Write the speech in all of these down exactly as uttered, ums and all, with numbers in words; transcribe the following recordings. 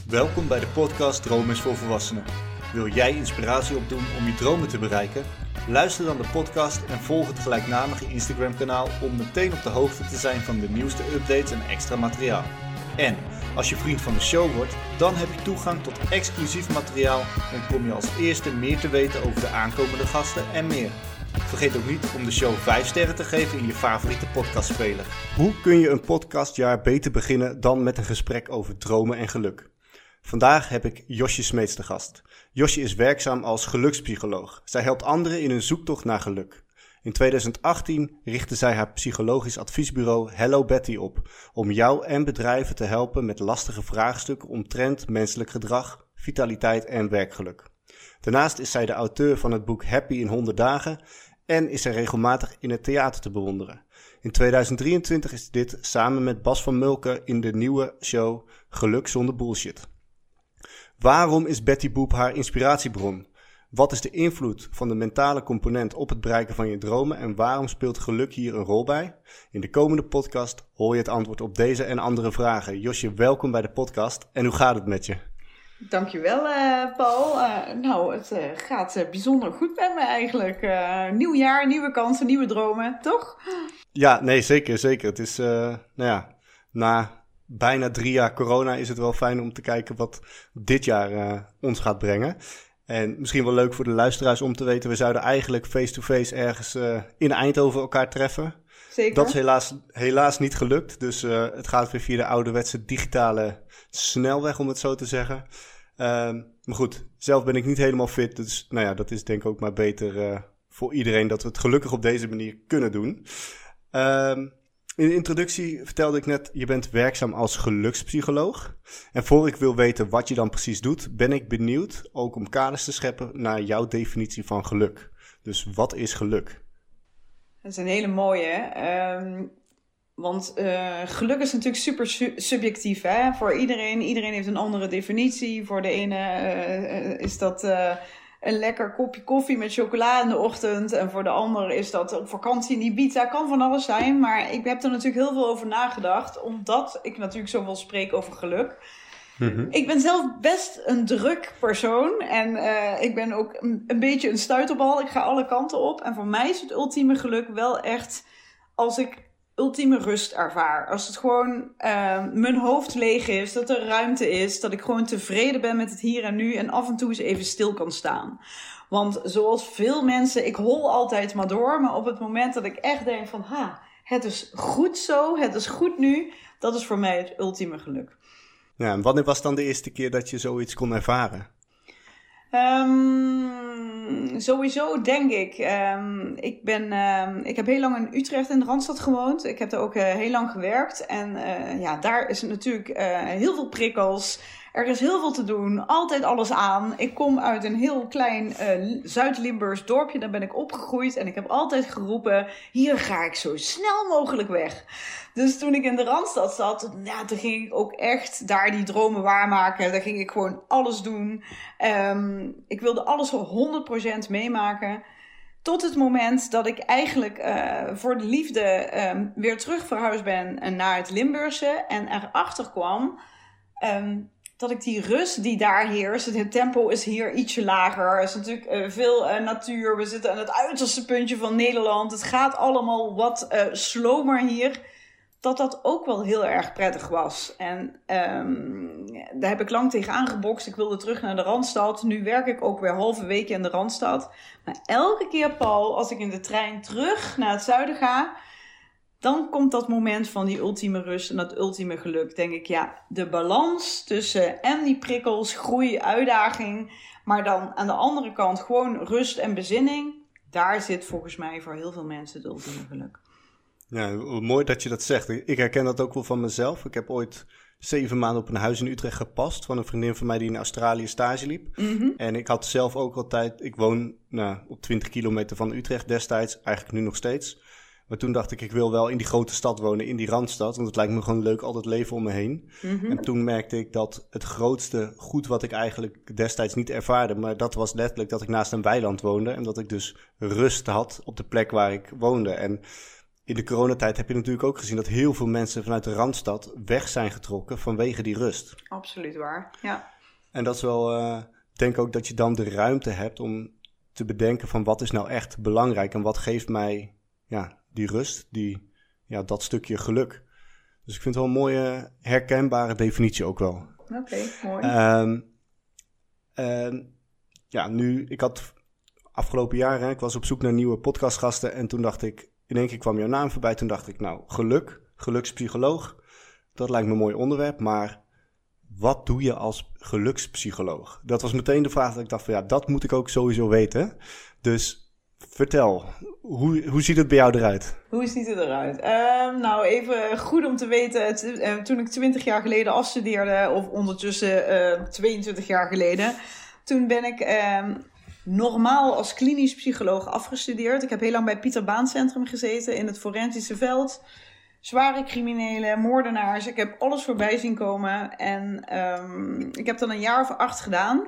Welkom bij de podcast Droom is voor Volwassenen. Wil jij inspiratie opdoen om je dromen te bereiken? Luister dan de podcast en volg het gelijknamige Instagram kanaal om meteen op de hoogte te zijn van de nieuwste updates en extra materiaal. En als je vriend van de show wordt, dan heb je toegang tot exclusief materiaal en kom je als eerste meer te weten over de aankomende gasten en meer. Vergeet ook niet om de show vijf sterren te geven in je favoriete podcastspeler. Hoe kun je een podcastjaar beter beginnen dan met een gesprek over dromen en geluk? Vandaag heb ik Josje Smeets te gast. Josje is werkzaam als gelukspsycholoog. Zij helpt anderen in hun zoektocht naar geluk. In tweeduizend achttien richtte zij haar psychologisch adviesbureau Hello Betty op om jou en bedrijven te helpen met lastige vraagstukken omtrent menselijk gedrag, vitaliteit en werkgeluk. Daarnaast is zij de auteur van het boek Happy in honderd dagen en is zij regelmatig in het theater te bewonderen. In tweeduizend drieëntwintig is dit samen met Bas van Mulken in de nieuwe show Geluk zonder bullshit. Waarom is Betty Boop haar inspiratiebron? Wat is de invloed van de mentale component op het bereiken van je dromen en waarom speelt geluk hier een rol bij? In de komende podcast hoor je het antwoord op deze en andere vragen. Josje, welkom bij de podcast en hoe gaat het met je? Dankjewel uh, Paul. Uh, nou, het uh, gaat uh, bijzonder goed met me eigenlijk. Uh, nieuw jaar, nieuwe kansen, nieuwe dromen, toch? Ja, nee, zeker, zeker. Het is, uh, nou ja, na bijna drie jaar corona is het wel fijn om te kijken wat dit jaar uh, ons gaat brengen. En misschien wel leuk voor de luisteraars om te weten, we zouden eigenlijk face-to-face ergens uh, in Eindhoven elkaar treffen. Zeker. Dat is helaas, helaas niet gelukt, dus uh, het gaat weer via de ouderwetse digitale snelweg, om het zo te zeggen. Uh, maar goed, zelf ben ik niet helemaal fit, dus nou ja, dat is denk ik ook maar beter uh, voor iedereen dat we het gelukkig op deze manier kunnen doen. Uh, in de introductie vertelde ik net, je bent werkzaam als gelukspsycholoog. En voor ik wil weten wat je dan precies doet, ben ik benieuwd ook om kaders te scheppen naar jouw definitie van geluk. Dus wat is geluk? Dat is een hele mooie. Um, want uh, geluk is natuurlijk super su- subjectief, hè? Voor iedereen. Iedereen heeft een andere definitie. Voor de ene uh, is dat uh, een lekker kopje koffie met chocola in de ochtend. En voor de ander is dat op vakantie in Ibiza. Kan van alles zijn. Maar ik heb er natuurlijk heel veel over nagedacht. Omdat ik natuurlijk zoveel spreek over geluk. Mm-hmm. Ik ben zelf best een druk persoon. En uh, ik ben ook een, een beetje een stuiterbal. Ik ga alle kanten op. En voor mij is het ultieme geluk wel echt als ik ultieme rust ervaar. Als het gewoon uh, mijn hoofd leeg is, dat er ruimte is, dat ik gewoon tevreden ben met het hier en nu en af en toe eens even stil kan staan. Want zoals veel mensen, ik hol altijd maar door, maar op het moment dat ik echt denk van, ha, het is goed zo, het is goed nu, dat is voor mij het ultieme geluk. Ja, en wanneer was dan de eerste keer dat je zoiets kon ervaren? Um, sowieso denk ik. Um, ik, ben, um, ik heb heel lang in Utrecht in de Randstad gewoond. Ik heb er ook uh, heel lang gewerkt. En uh, ja, daar is het natuurlijk uh, heel veel prikkels. Er is heel veel te doen. Altijd alles aan. Ik kom uit een heel klein uh, Zuid-Limburgs dorpje. Daar ben ik opgegroeid. En ik heb altijd geroepen, hier ga ik zo snel mogelijk weg. Dus toen ik in de Randstad zat, ja, toen ging ik ook echt daar die dromen waarmaken. Daar ging ik gewoon alles doen. Um, ik wilde alles honderd procent meemaken. Tot het moment dat ik eigenlijk uh, voor de liefde um, weer terug verhuisd ben naar het Limburgse. En erachter kwam um, dat ik die rust die daar heerst. Het tempo is hier ietsje lager. Er is natuurlijk uh, veel uh, natuur. We zitten aan het uiterste puntje van Nederland. Het gaat allemaal wat uh, slomer hier. Dat dat ook wel heel erg prettig was. En um, daar heb ik lang tegen aangebokst. Ik wilde terug naar de Randstad. Nu werk ik ook weer halve week in de Randstad. Maar elke keer, Paul, als ik in de trein terug naar het zuiden ga, dan komt dat moment van die ultieme rust en dat ultieme geluk. Denk ik, ja, de balans tussen en die prikkels, groei, uitdaging, maar dan aan de andere kant gewoon rust en bezinning. Daar zit volgens mij voor heel veel mensen het ultieme geluk. Ja, mooi dat je dat zegt. Ik herken dat ook wel van mezelf. Ik heb ooit zeven maanden op een huis in Utrecht gepast van een vriendin van mij die in Australië stage liep. Mm-hmm. En ik had zelf ook altijd, ik woon nou, op twintig kilometer van Utrecht destijds, eigenlijk nu nog steeds. Maar toen dacht ik, ik wil wel in die grote stad wonen, in die Randstad. Want het lijkt me gewoon leuk, al dat leven om me heen. Mm-hmm. En toen merkte ik dat het grootste goed wat ik eigenlijk destijds niet ervaarde, maar dat was letterlijk dat ik naast een weiland woonde. En dat ik dus rust had op de plek waar ik woonde. En in de coronatijd heb je natuurlijk ook gezien dat heel veel mensen vanuit de Randstad weg zijn getrokken vanwege die rust. Absoluut waar, ja. En dat is wel, uh, ik denk ook dat je dan de ruimte hebt om te bedenken van wat is nou echt belangrijk en wat geeft mij ja, die rust, die, ja, dat stukje geluk. Dus ik vind het wel een mooie herkenbare definitie ook wel. Oké, okay, mooi. Um, en ja, nu, ik had afgelopen jaar, hè, ik was op zoek naar nieuwe podcastgasten en toen dacht ik, in één keer kwam jouw naam voorbij. Toen dacht ik, nou, geluk, gelukspsycholoog, dat lijkt me een mooi onderwerp, maar wat doe je als gelukspsycholoog? Dat was meteen de vraag dat ik dacht van ja, dat moet ik ook sowieso weten. Dus vertel, hoe, hoe ziet het bij jou eruit? Hoe ziet het eruit? Uh, nou, even goed om te weten, t- uh, toen ik twintig jaar geleden afstudeerde, of ondertussen uh, tweeëntwintig jaar geleden, toen ben ik uh, normaal als klinisch psycholoog afgestudeerd. Ik heb heel lang bij Pieter Baan Centrum gezeten in het forensische veld. Zware criminelen, moordenaars, ik heb alles voorbij zien komen. En um, ik heb dan een jaar of acht gedaan.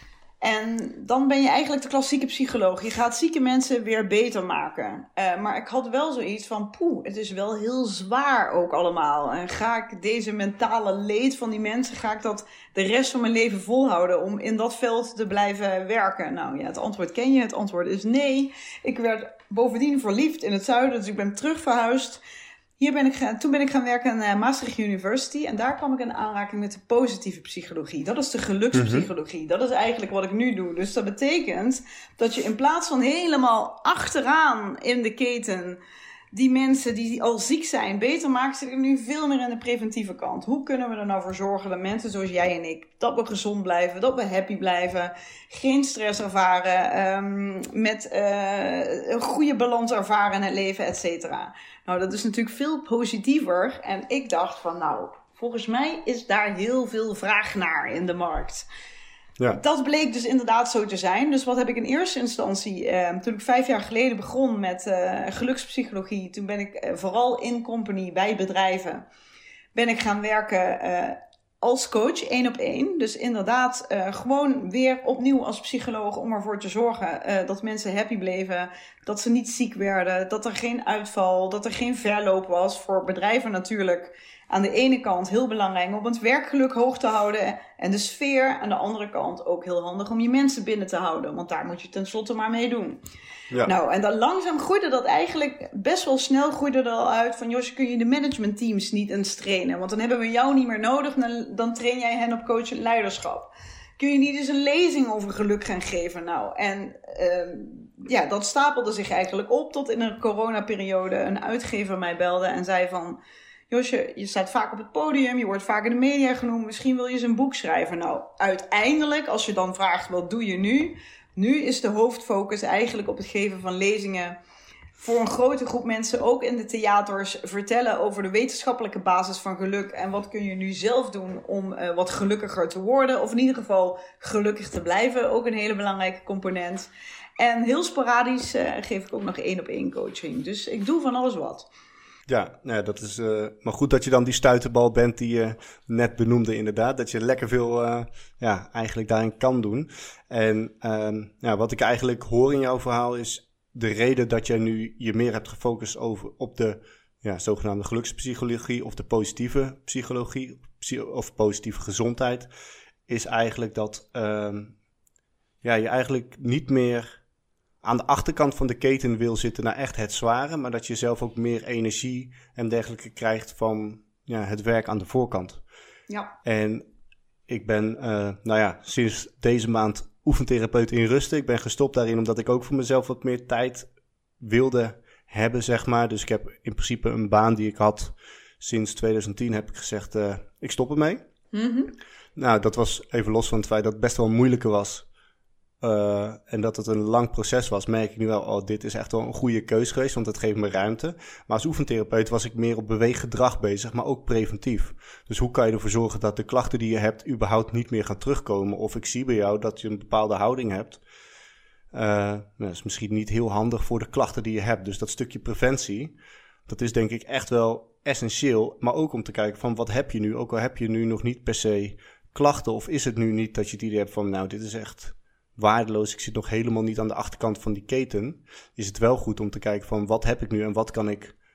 En dan ben je eigenlijk de klassieke psycholoog. Je gaat zieke mensen weer beter maken. Uh, maar ik had wel zoiets van, poeh, het is wel heel zwaar ook allemaal. En ga ik deze mentale leed van die mensen, ga ik dat de rest van mijn leven volhouden om in dat veld te blijven werken? Nou ja, het antwoord ken je. Het antwoord is nee. Ik werd bovendien verliefd in het zuiden, dus ik ben terug verhuisd. Hier ben ik gaan, toen ben ik gaan werken aan uh, Maastricht University en daar kwam ik in aanraking met de positieve psychologie. Dat is de gelukspsychologie. Mm-hmm. Dat is eigenlijk wat ik nu doe. Dus dat betekent dat je in plaats van helemaal achteraan in de keten die mensen die al ziek zijn beter maakt, zit ik nu veel meer aan de preventieve kant. Hoe kunnen we er nou voor zorgen dat mensen zoals jij en ik, dat we gezond blijven, dat we happy blijven, geen stress ervaren, um, met uh, een goede balans ervaren in het leven, et cetera. Nou, dat is natuurlijk veel positiever. En ik dacht van, nou, volgens mij is daar heel veel vraag naar in de markt. Ja. Dat bleek dus inderdaad zo te zijn. Dus wat heb ik in eerste instantie, eh, toen ik vijf jaar geleden begon met uh, gelukspsychologie, toen ben ik uh, vooral in company bij bedrijven, ben ik gaan werken uh, als coach, één op één. Dus inderdaad uh, gewoon weer opnieuw als psycholoog om ervoor te zorgen uh, dat mensen happy bleven, dat ze niet ziek werden, dat er geen uitval, dat er geen verloop was. Voor bedrijven natuurlijk aan de ene kant heel belangrijk om het werkgeluk hoog te houden en de sfeer. Aan de andere kant ook heel handig om je mensen binnen te houden, want daar moet je tenslotte maar mee doen. Ja. Nou, en dan langzaam groeide dat eigenlijk best wel snel groeide er al uit van, Josje, kun je de managementteams niet eens trainen? Want dan hebben we jou niet meer nodig, dan, dan train jij hen op coach en leiderschap. Kun je niet eens een lezing over geluk gaan geven? Nou, en uh, ja, dat stapelde zich eigenlijk op tot in een coronaperiode een uitgever mij belde en zei van, Josje, je staat vaak op het podium, je wordt vaak in de media genoemd, misschien wil je eens een boek schrijven. Nou, uiteindelijk, als je dan vraagt, wat doe je nu? Nu is de hoofdfocus eigenlijk op het geven van lezingen voor een grote groep mensen, ook in de theaters, vertellen over de wetenschappelijke basis van geluk. En wat kun je nu zelf doen om uh, wat gelukkiger te worden, of in ieder geval gelukkig te blijven, ook een hele belangrijke component. En heel sporadisch uh, geef ik ook nog één op één coaching. Dus ik doe van alles wat. Ja, nou, dat is uh, maar goed dat je dan die stuiterbal bent die je net benoemde inderdaad. Dat je lekker veel uh, ja, eigenlijk daarin kan doen. En uh, ja, wat ik eigenlijk hoor in jouw verhaal is de reden dat jij nu je meer hebt gefocust over, op de ja, zogenaamde gelukspsychologie of de positieve psychologie of positieve gezondheid. Is eigenlijk dat uh, ja, je eigenlijk niet meer aan de achterkant van de keten wil zitten naar echt het zware, maar dat je zelf ook meer energie en dergelijke krijgt van ja, het werk aan de voorkant. Ja. En ik ben, uh, nou ja, sinds deze maand oefentherapeut in rusten. Ik ben gestopt daarin omdat ik ook voor mezelf wat meer tijd wilde hebben, zeg maar. Dus ik heb in principe een baan die ik had sinds twintig tien, heb ik gezegd, uh, ik stop ermee. Mm-hmm. Nou, dat was even los van het feit dat het best wel moeilijker was. Uh, en dat het een lang proces was, merk ik nu wel, oh, dit is echt wel een goede keus geweest, want het geeft me ruimte. Maar als oefentherapeut was ik meer op beweeggedrag bezig, maar ook preventief. Dus hoe kan je ervoor zorgen dat de klachten die je hebt überhaupt niet meer gaan terugkomen? Of ik zie bij jou dat je een bepaalde houding hebt. Uh, nou, dat is misschien niet heel handig voor de klachten die je hebt. Dus dat stukje preventie, dat is denk ik echt wel essentieel. Maar ook om te kijken van wat heb je nu, ook al heb je nu nog niet per se klachten. Of is het nu niet dat je het idee hebt van nou, dit is echt waardeloos, ik zit nog helemaal niet aan de achterkant van die keten, is het wel goed om te kijken van wat heb ik nu en wat kan ik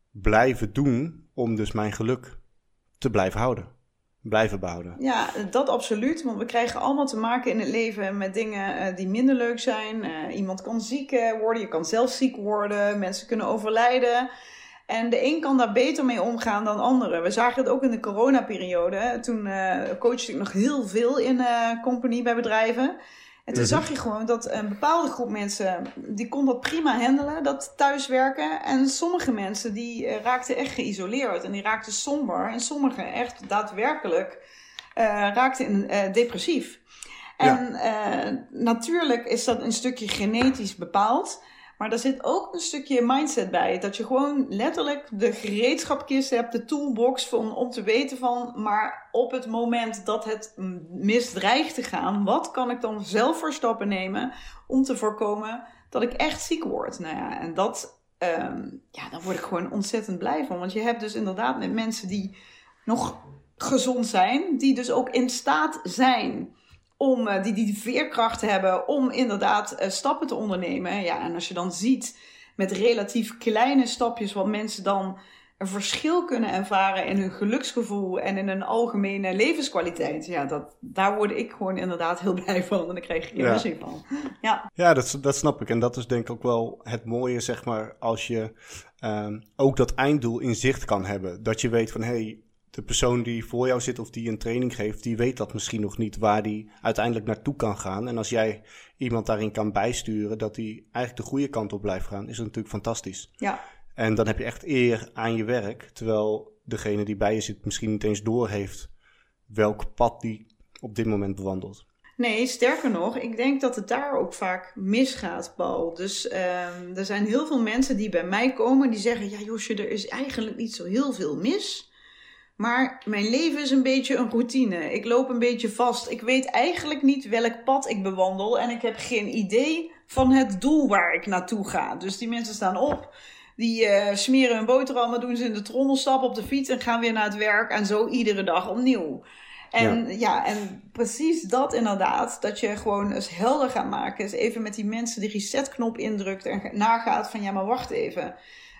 blijven doen om dus mijn geluk te blijven houden, blijven behouden. Ja, dat absoluut. Want we krijgen allemaal te maken in het leven met dingen uh, die minder leuk zijn. Uh, iemand kan ziek worden, je kan zelf ziek worden, mensen kunnen overlijden. En de een kan daar beter mee omgaan dan anderen. We zagen het ook in de coronaperiode. Toen uh, coachte ik nog heel veel in uh, company bij bedrijven. En toen zag je gewoon dat een bepaalde groep mensen, die kon dat prima handelen, dat thuiswerken. En sommige mensen, die uh, raakten echt geïsoleerd en die raakten somber. En sommigen echt daadwerkelijk uh, raakten in, uh, depressief. En ja. uh, natuurlijk is dat een stukje genetisch bepaald. Maar er zit ook een stukje mindset bij. Dat je gewoon letterlijk de gereedschapkist hebt, de toolbox van, om te weten van, maar op het moment dat het misdreigt te gaan, wat kan ik dan zelf voor stappen nemen om te voorkomen dat ik echt ziek word? Nou ja, en dat, um, ja, daar word ik gewoon ontzettend blij van. Want je hebt dus inderdaad met mensen die nog gezond zijn, die dus ook in staat zijn om uh, die, die veerkracht hebben om inderdaad uh, stappen te ondernemen. Ja, en als je dan ziet met relatief kleine stapjes wat mensen dan een verschil kunnen ervaren in hun geluksgevoel en in hun algemene levenskwaliteit. Ja, dat, daar word ik gewoon inderdaad heel blij van en daar krijg ik energie ja. van. Ja, ja dat, dat snap ik. En dat is denk ik ook wel het mooie, zeg maar, als je um, ook dat einddoel in zicht kan hebben. Dat je weet van, hé, hey, de persoon die voor jou zit of die een training geeft, die weet dat misschien nog niet waar die uiteindelijk naartoe kan gaan. En als jij iemand daarin kan bijsturen dat die eigenlijk de goede kant op blijft gaan, is dat natuurlijk fantastisch. Ja. En dan heb je echt eer aan je werk, terwijl degene die bij je zit misschien niet eens doorheeft welk pad die op dit moment bewandelt. Nee, sterker nog, ik denk dat het daar ook vaak misgaat, Paul. Dus um, er zijn heel veel mensen die bij mij komen die zeggen, ja Josje, er is eigenlijk niet zo heel veel mis. Maar mijn leven is een beetje een routine. Ik loop een beetje vast. Ik weet eigenlijk niet welk pad ik bewandel. En ik heb geen idee van het doel waar ik naartoe ga. Dus die mensen staan op. Die uh, smeren hun boterhammen, doen ze in de trommel, stappen op de fiets en gaan weer naar het werk. En zo iedere dag opnieuw. En ja, ja en precies dat inderdaad. Dat je gewoon eens helder gaat maken. Eens even met die mensen die resetknop indrukt en nagaat van ja, maar wacht even.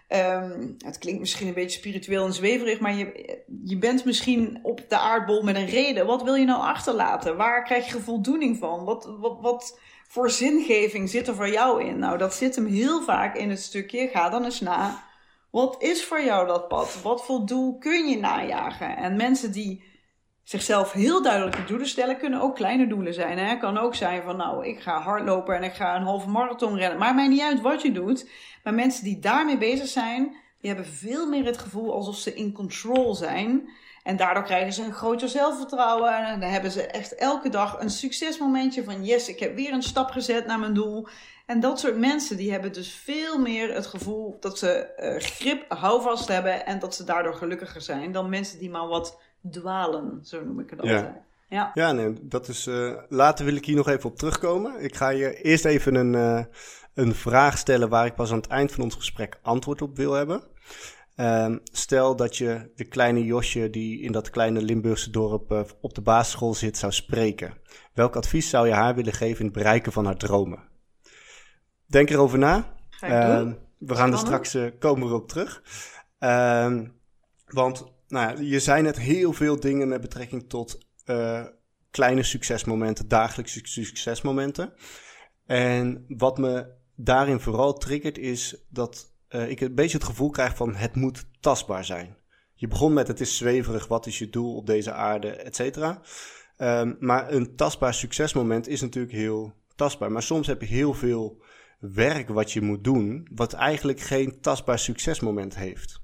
Um, het klinkt misschien een beetje spiritueel en zweverig, maar je, je bent misschien op de aardbol met een reden. Wat wil je nou achterlaten? Waar krijg je voldoening van? Wat, wat, wat voor zingeving zit er voor jou in? Nou, dat zit hem heel vaak in het stukje, ga dan eens na. Wat is voor jou dat pad? Wat voor doel kun je najagen? En mensen die zichzelf heel duidelijke doelen stellen, kunnen ook kleine doelen zijn. Het kan ook zijn van, nou, ik ga hardlopen en ik ga een halve marathon rennen. Maar maakt niet uit wat je doet. Maar mensen die daarmee bezig zijn, die hebben veel meer het gevoel alsof ze in control zijn. En daardoor krijgen ze een groter zelfvertrouwen. En dan hebben ze echt elke dag een succesmomentje van, yes, ik heb weer een stap gezet naar mijn doel. En dat soort mensen, die hebben dus veel meer het gevoel dat ze uh, grip, houvast hebben. En dat ze daardoor gelukkiger zijn dan mensen die maar wat dwalen, zo noem ik het altijd. Ja. Ja, ja nee, dat is... Uh, later wil ik hier nog even op terugkomen. Ik ga je eerst even een, uh, een vraag stellen waar ik pas aan het eind van ons gesprek antwoord op wil hebben. Uh, stel dat je de kleine Josje die in dat kleine Limburgse dorp uh, op de basisschool zit zou spreken. Welk advies zou je haar willen geven in het bereiken van haar dromen? Denk erover na. Ga ik doen. Uh, we gaan er straks uh, komen we op terug. Uh, want nou ja, je zei net heel veel dingen met betrekking tot uh, kleine succesmomenten, dagelijkse succesmomenten. En wat me daarin vooral triggert is dat uh, ik een beetje het gevoel krijg van het moet tastbaar zijn. Je begon met het is zweverig, wat is je doel op deze aarde, et cetera. Um, maar een tastbaar succesmoment is natuurlijk heel tastbaar. Maar soms heb je heel veel werk wat je moet doen, wat eigenlijk geen tastbaar succesmoment heeft.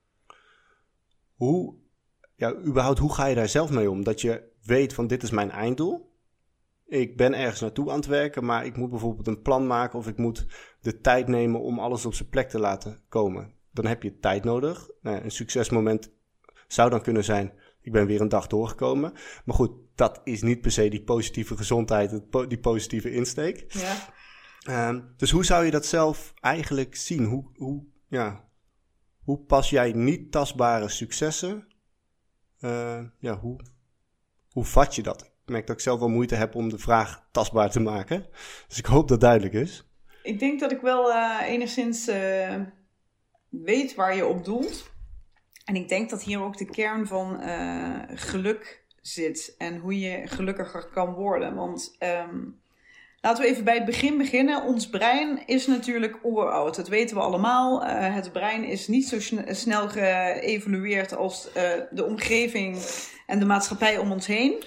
Hoe, ja, überhaupt, hoe ga je daar zelf mee om? Dat je weet van dit is mijn einddoel. Ik ben ergens naartoe aan het werken, maar ik moet bijvoorbeeld een plan maken of ik moet de tijd nemen om alles op zijn plek te laten komen. Dan heb je tijd nodig. Nou, een succesmoment zou dan kunnen zijn, ik ben weer een dag doorgekomen. Maar goed, dat is niet per se die positieve gezondheid, die positieve insteek. Ja. Um, dus hoe zou je dat zelf eigenlijk zien? Hoe, hoe, ja, hoe pas jij niet tastbare successen? Uh, ja, hoe, hoe vat je dat? Ik merk dat ik zelf wel moeite heb om de vraag tastbaar te maken. Dus ik hoop dat duidelijk is. Ik denk dat ik wel uh, enigszins uh, weet waar je op doelt. En ik denk dat hier ook de kern van uh, geluk zit. En hoe je gelukkiger kan worden. Want um, laten we even bij het begin beginnen. Ons brein is natuurlijk oeroud. Dat weten we allemaal. Uh, het brein is niet zo sn- snel geëvolueerd als uh, de omgeving en de maatschappij om ons heen.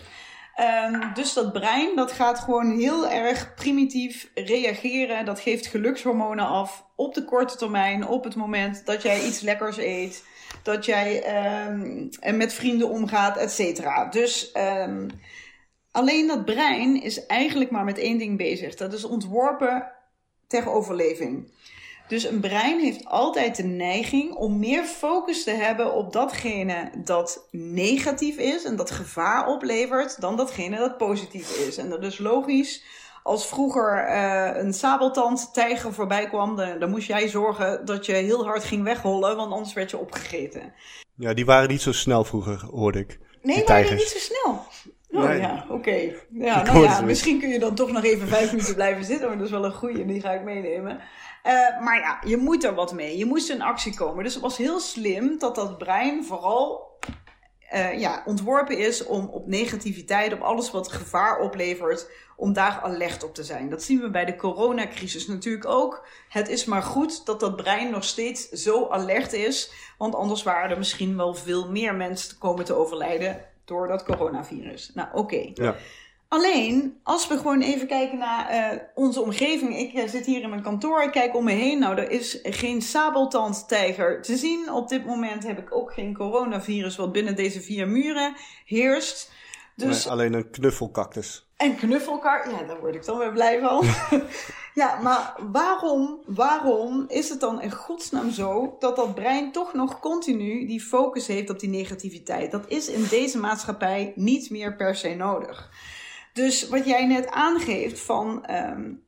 Um, dus dat brein, dat gaat gewoon heel erg primitief reageren. Dat geeft gelukshormonen af op de korte termijn. Op het moment dat jij iets lekkers eet. Dat jij um, met vrienden omgaat, et cetera. Dus um, alleen dat brein is eigenlijk maar met één ding bezig. Dat is ontworpen tegen overleving. Dus een brein heeft altijd de neiging om meer focus te hebben op datgene dat negatief is en dat gevaar oplevert, dan datgene dat positief is. En dat is logisch. Als vroeger uh, een sabeltandtijger voorbij kwam, dan, dan moest jij zorgen dat je heel hard ging weghollen, want anders werd je opgegeten. Ja, die waren niet zo snel vroeger, hoorde ik. Nee, die waren die niet zo snel? Oh nee. ja, oké. Okay. Ja, nou ja, misschien kun je dan toch nog even vijf minuten blijven zitten, maar dat is wel een goeie, die ga ik meenemen. Uh, maar ja, je moet er wat mee. Je moest in actie komen. Dus het was heel slim dat dat brein vooral uh, ja, ontworpen is om op negativiteit, op alles wat gevaar oplevert, om daar alert op te zijn. Dat zien we bij de coronacrisis natuurlijk ook. Het is maar goed dat dat brein nog steeds zo alert is, want anders waren er misschien wel veel meer mensen komen te overlijden door dat coronavirus. Nou, oké. Okay. Ja. Alleen, als we gewoon even kijken naar uh, onze omgeving. Ik uh, zit hier in mijn kantoor, ik kijk om me heen. Nou, er is geen sabeltandtijger te zien. Op dit moment heb ik ook geen coronavirus wat binnen deze vier muren heerst. Dus... Nee, alleen een knuffelcactus. En knuffelkar, ja, daar word ik dan weer blij van. Ja, maar waarom, waarom is het dan in godsnaam zo dat dat brein toch nog continu die focus heeft op die negativiteit? Dat is in deze maatschappij niet meer per se nodig. Dus wat jij net aangeeft van um,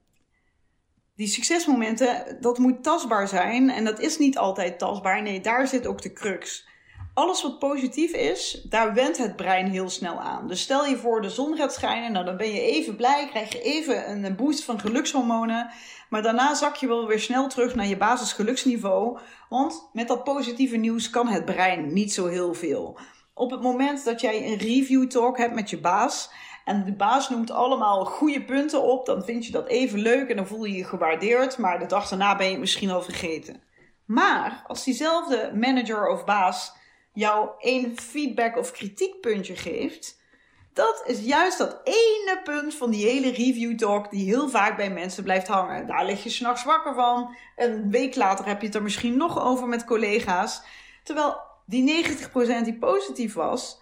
die succesmomenten, dat moet tastbaar zijn. En dat is niet altijd tastbaar. Nee, daar zit ook de crux. Alles wat positief is, daar wendt het brein heel snel aan. Dus stel je voor de zon gaat schijnen, nou dan ben je even blij, krijg je even een boost van gelukshormonen. Maar daarna zak je wel weer snel terug naar je basisgeluksniveau. Want met dat positieve nieuws kan het brein niet zo heel veel. Op het moment dat jij een review talk hebt met je baas en de baas noemt allemaal goede punten op, dan vind je dat even leuk en dan voel je je gewaardeerd. Maar de dag daarna ben je het misschien al vergeten. Maar als diezelfde manager of baas jou één feedback of kritiekpuntje geeft, dat is juist dat ene punt van die hele review talk die heel vaak bij mensen blijft hangen. Daar lig je 's nachts wakker van. Een week later heb je het er misschien nog over met collega's. Terwijl die negentig procent die positief was,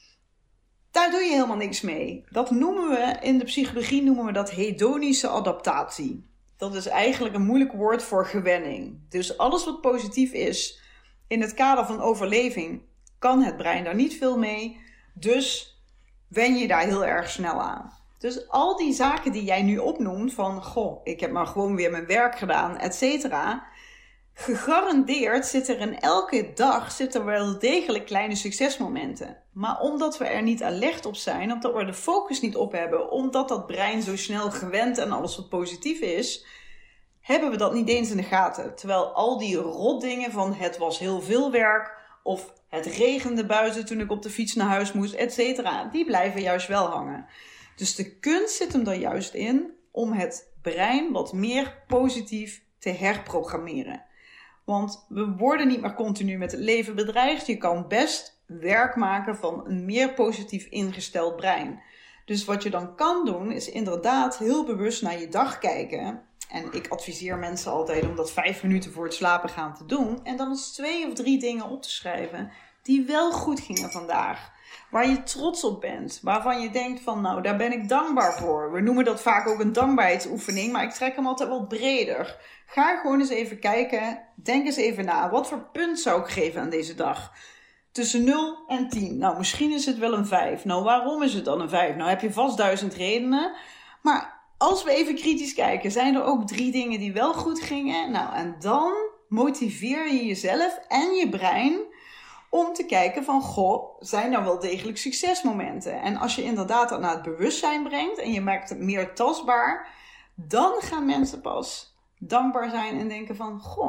daar doe je helemaal niks mee. Dat noemen we, in de psychologie noemen we dat hedonische adaptatie. Dat is eigenlijk een moeilijk woord voor gewenning. Dus alles wat positief is in het kader van overleving, kan het brein daar niet veel mee. Dus wen je daar heel erg snel aan. Dus al die zaken die jij nu opnoemt, van goh, ik heb maar gewoon weer mijn werk gedaan, et cetera. Gegarandeerd zit er in elke dag zit er wel degelijk kleine succesmomenten. Maar omdat we er niet alert op zijn, omdat we er de focus niet op hebben, omdat dat brein zo snel gewend aan alles wat positief is, hebben we dat niet eens in de gaten. Terwijl al die rotdingen van het was heel veel werk, of het regende buiten toen ik op de fiets naar huis moest, et cetera, die blijven juist wel hangen. Dus de kunst zit hem er juist in om het brein wat meer positief te herprogrammeren. Want we worden niet meer continu met het leven bedreigd. Je kan best werk maken van een meer positief ingesteld brein. Dus wat je dan kan doen, is inderdaad heel bewust naar je dag kijken. En ik adviseer mensen altijd om dat vijf minuten voor het slapen gaan te doen. En dan eens twee of drie dingen op te schrijven die wel goed gingen vandaag. Waar je trots op bent. Waarvan je denkt van, nou, daar ben ik dankbaar voor. We noemen dat vaak ook een dankbaarheidsoefening, maar ik trek hem altijd wat breder. Ga gewoon eens even kijken. Denk eens even na. Wat voor punt zou ik geven aan deze dag? Tussen nul en tien. Nou, misschien is het wel een vijf. Nou, waarom is het dan een vijf? Nou, heb je vast duizend redenen. Maar als we even kritisch kijken, zijn er ook drie dingen die wel goed gingen? Nou, en dan motiveer je jezelf en je brein om te kijken van, goh, zijn er wel degelijk succesmomenten? En als je inderdaad dat naar het bewustzijn brengt en je maakt het meer tastbaar, dan gaan mensen pas dankbaar zijn en denken van, goh,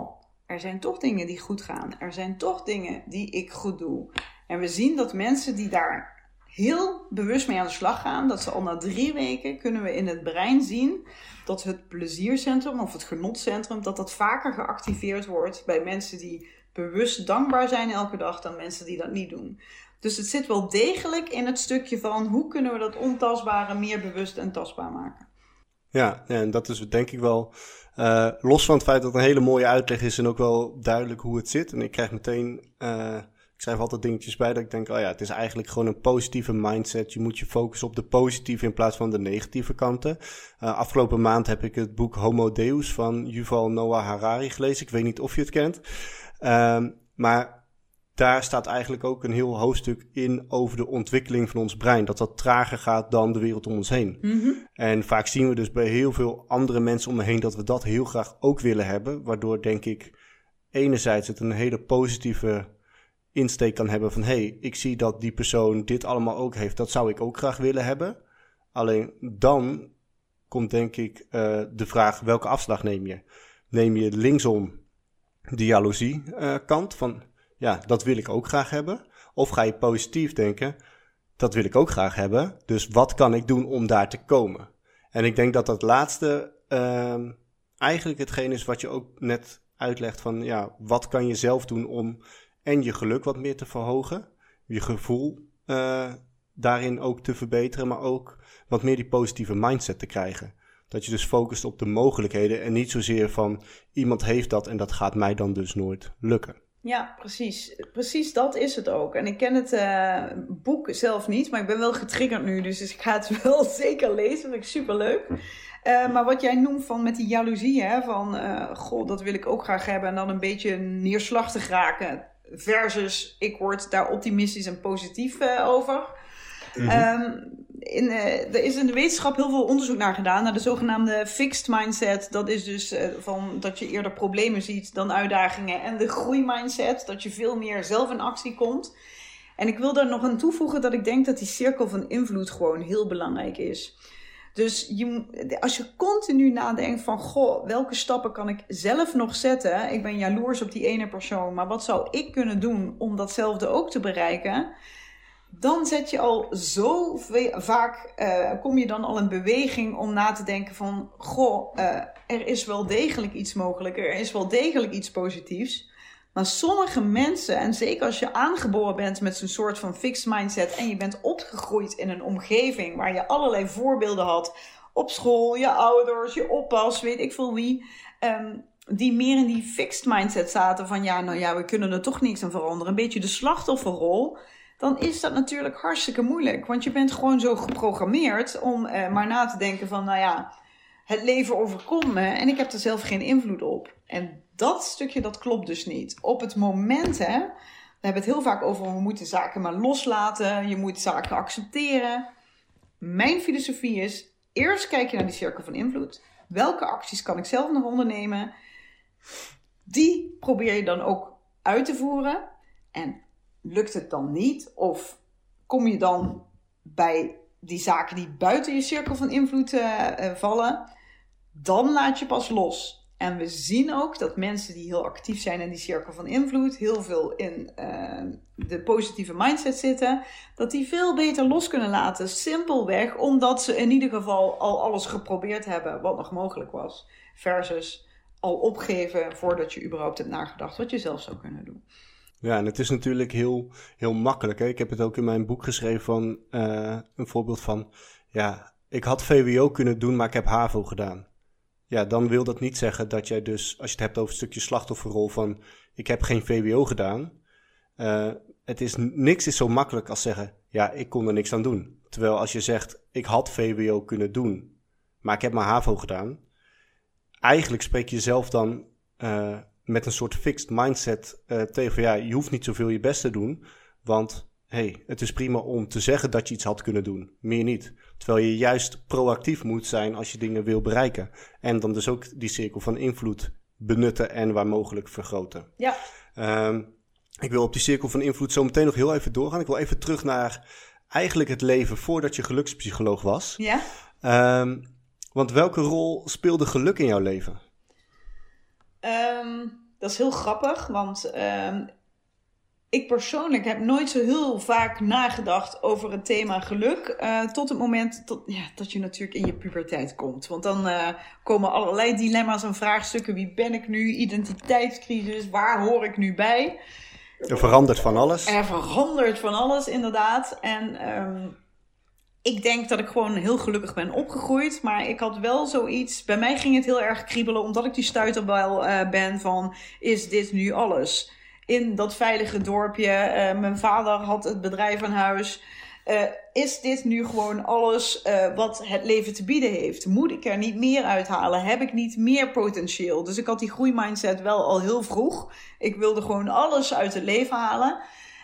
er zijn toch dingen die goed gaan. Er zijn toch dingen die ik goed doe. En we zien dat mensen die daar heel bewust mee aan de slag gaan, dat ze al na drie weken kunnen we in het brein zien dat het pleziercentrum of het genotcentrum, dat dat vaker geactiveerd wordt bij mensen die bewust dankbaar zijn elke dag dan mensen die dat niet doen. Dus het zit wel degelijk in het stukje van hoe kunnen we dat ontastbare meer bewust en tastbaar maken. Ja, en dat is denk ik wel, uh, los van het feit dat het een hele mooie uitleg is en ook wel duidelijk hoe het zit. En ik krijg meteen, uh, ik schrijf altijd dingetjes bij dat ik denk, oh ja, het is eigenlijk gewoon een positieve mindset. Je moet je focussen op de positieve in plaats van de negatieve kanten. Uh, afgelopen maand heb ik het boek Homo Deus van Yuval Noah Harari gelezen. Ik weet niet of je het kent. Um, maar daar staat eigenlijk ook een heel hoofdstuk in over de ontwikkeling van ons brein. Dat dat trager gaat dan de wereld om ons heen. Mm-hmm. En vaak zien we dus bij heel veel andere mensen om me heen dat we dat heel graag ook willen hebben. Waardoor denk ik enerzijds het een hele positieve insteek kan hebben van, hey, ik zie dat die persoon dit allemaal ook heeft. Dat zou ik ook graag willen hebben. Alleen dan komt denk ik uh, de vraag, welke afslag neem je? Neem je linksom de jaloezie uh, kant van, ja, dat wil ik ook graag hebben. Of ga je positief denken, dat wil ik ook graag hebben. Dus wat kan ik doen om daar te komen? En ik denk dat dat laatste uh, eigenlijk hetgeen is wat je ook net uitlegt van, ja, wat kan je zelf doen om en je geluk wat meer te verhogen, je gevoel uh, daarin ook te verbeteren, maar ook wat meer die positieve mindset te krijgen. Dat je dus focust op de mogelijkheden en niet zozeer van iemand heeft dat en dat gaat mij dan dus nooit lukken. Ja, precies. Precies dat is het ook. En ik ken het uh, boek zelf niet, maar ik ben wel getriggerd nu, dus ik ga het wel zeker lezen. Dat vind ik superleuk. Uh, maar wat jij noemt van met die jaloezie, hè, van uh, goh, dat wil ik ook graag hebben en dan een beetje neerslachtig raken versus ik word daar optimistisch en positief uh, over. Mm-hmm. Um, in, uh, er is in de wetenschap heel veel onderzoek naar gedaan, naar de zogenaamde fixed mindset. Dat is dus uh, van dat je eerder problemen ziet dan uitdagingen. En de groeimindset, dat je veel meer zelf in actie komt. En ik wil daar nog aan toevoegen dat ik denk dat die cirkel van invloed gewoon heel belangrijk is. Dus je, als je continu nadenkt van, goh, welke stappen kan ik zelf nog zetten? Ik ben jaloers op die ene persoon, maar wat zou ik kunnen doen om datzelfde ook te bereiken? Dan zet je al zo ve- vaak, uh, kom je dan al in beweging om na te denken van, goh, uh, er is wel degelijk iets mogelijk, er is wel degelijk iets positiefs. Maar sommige mensen, en zeker als je aangeboren bent met zo'n soort van fixed mindset en je bent opgegroeid in een omgeving waar je allerlei voorbeelden had, op school, je ouders, je oppas, weet ik veel wie, um, die meer in die fixed mindset zaten van, ja, nou ja, we kunnen er toch niks aan veranderen, een beetje de slachtofferrol, dan is dat natuurlijk hartstikke moeilijk. Want je bent gewoon zo geprogrammeerd om uh, maar na te denken van, nou ja, het leven overkomt me en ik heb er zelf geen invloed op. En dat stukje, dat klopt dus niet. Op het moment, hè, we hebben het heel vaak over, we moeten zaken maar loslaten, je moet zaken accepteren. Mijn filosofie is, eerst kijk je naar die cirkel van invloed. Welke acties kan ik zelf nog ondernemen? Die probeer je dan ook uit te voeren. En lukt het dan niet? Of kom je dan bij die zaken die buiten je cirkel van invloed uh, uh, vallen? Dan laat je pas los. En we zien ook dat mensen die heel actief zijn in die cirkel van invloed, heel veel in uh, de positieve mindset zitten, dat die veel beter los kunnen laten. Simpelweg omdat ze in ieder geval al alles geprobeerd hebben wat nog mogelijk was. Versus al opgeven voordat je überhaupt hebt nagedacht wat je zelf zou kunnen doen. Ja, en het is natuurlijk heel, heel makkelijk. Hè? Ik heb het ook in mijn boek geschreven van uh, een voorbeeld van, ja, ik had V W O kunnen doen, maar ik heb HAVO gedaan. Ja, dan wil dat niet zeggen dat jij dus, als je het hebt over een stukje slachtofferrol van, ik heb geen V W O gedaan. Uh, het is, niks is zo makkelijk als zeggen, ja, ik kon er niks aan doen. Terwijl als je zegt, ik had V W O kunnen doen, maar ik heb maar HAVO gedaan. Eigenlijk spreek je jezelf dan uh, met een soort fixed mindset uh, tegen van, ja, je hoeft niet zoveel je best te doen, want hey, het is prima om te zeggen dat je iets had kunnen doen, meer niet. Terwijl je juist proactief moet zijn als je dingen wil bereiken. En dan dus ook die cirkel van invloed benutten en waar mogelijk vergroten. Ja. Um, ik wil op die cirkel van invloed zo meteen nog heel even doorgaan. Ik wil even terug naar eigenlijk het leven voordat je gelukspsycholoog was. Ja. Um, want welke rol speelde geluk in jouw leven? Um, dat is heel grappig, want uh, ik persoonlijk heb nooit zo heel vaak nagedacht over het thema geluk. Uh, tot het moment tot, ja, dat je natuurlijk in je puberteit komt. Want dan uh, komen allerlei dilemma's en vraagstukken. Wie ben ik nu? Identiteitscrisis. Waar hoor ik nu bij? Er verandert van alles. Er verandert van alles, inderdaad. En um, ik denk dat ik gewoon heel gelukkig ben opgegroeid. Maar ik had wel zoiets. Bij mij ging het heel erg kriebelen. Omdat ik die stuiterbel uh, ben van, is dit nu alles? In dat veilige dorpje. Uh, mijn vader had het bedrijf aan huis. Uh, is dit nu gewoon alles uh, wat het leven te bieden heeft? Moet ik er niet meer uithalen? Heb ik niet meer potentieel? Dus ik had die groeimindset wel al heel vroeg. Ik wilde gewoon alles uit het leven halen.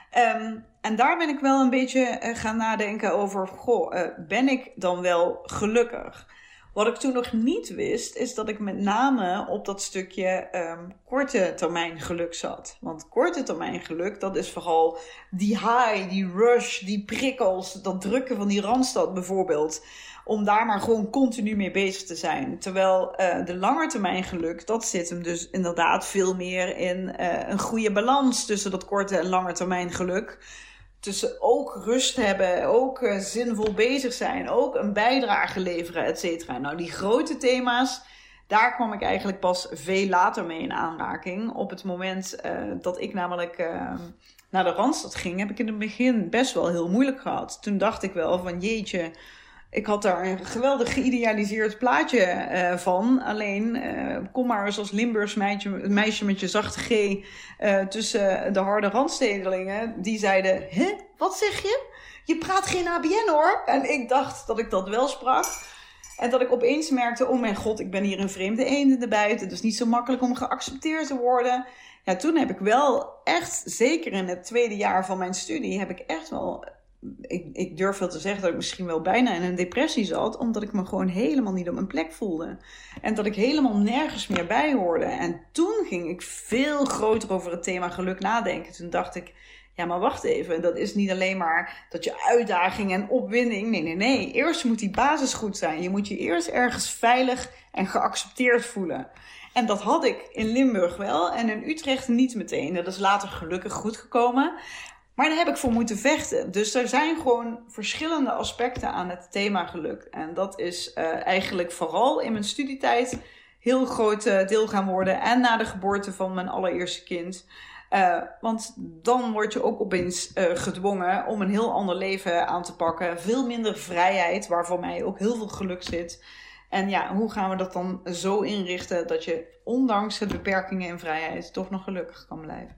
Um, en daar ben ik wel een beetje uh, gaan nadenken over, goh, uh, ben ik dan wel gelukkig? Wat ik toen nog niet wist, is dat ik met name op dat stukje um, korte termijn geluk zat. Want korte termijn geluk, dat is vooral die high, die rush, die prikkels, dat drukken van die Randstad bijvoorbeeld. Om daar maar gewoon continu mee bezig te zijn. Terwijl uh, de langetermijn geluk, dat zit hem dus inderdaad veel meer in uh, een goede balans tussen dat korte en langetermijn geluk. Tussen ook rust hebben, ook uh, zinvol bezig zijn, ook een bijdrage leveren, et cetera. Nou, die grote thema's, daar kwam ik eigenlijk pas veel later mee in aanraking. Op het moment uh, dat ik namelijk uh, naar de Randstad ging, heb ik in het begin best wel heel moeilijk gehad. Toen dacht ik wel van jeetje, ik had daar een geweldig geïdealiseerd plaatje uh, van. Alleen, uh, kom maar eens als Limburgs meisje, meisje met je zachte G uh, tussen de harde randstedelingen. Die zeiden, hè, wat zeg je? Je praat geen A B N hoor. En ik dacht dat ik dat wel sprak. En dat ik opeens merkte, oh mijn god, ik ben hier een vreemde eend in de bijt. Het is niet zo makkelijk om geaccepteerd te worden. Ja, toen heb ik wel echt, zeker in het tweede jaar van mijn studie, heb ik echt wel... Ik, ik durf wel te zeggen dat ik misschien wel bijna in een depressie zat. Omdat ik me gewoon helemaal niet op mijn plek voelde. En dat ik helemaal nergens meer bij hoorde. En toen ging ik veel groter over het thema geluk nadenken. Toen dacht ik, ja maar wacht even. Dat is niet alleen maar dat je uitdaging en opwinding. Nee, nee, nee. Eerst moet die basis goed zijn. Je moet je eerst ergens veilig en geaccepteerd voelen. En dat had ik in Limburg wel. En in Utrecht niet meteen. Dat is later gelukkig goed gekomen. Maar daar heb ik voor moeten vechten. Dus er zijn gewoon verschillende aspecten aan het thema geluk. En dat is uh, eigenlijk vooral in mijn studietijd heel groot uh, deel gaan worden. En na de geboorte van mijn allereerste kind. Uh, want dan word je ook opeens uh, gedwongen om een heel ander leven aan te pakken. Veel minder vrijheid, waar voor mij ook heel veel geluk zit. En ja, hoe gaan we dat dan zo inrichten dat je ondanks de beperkingen in vrijheid toch nog gelukkig kan blijven?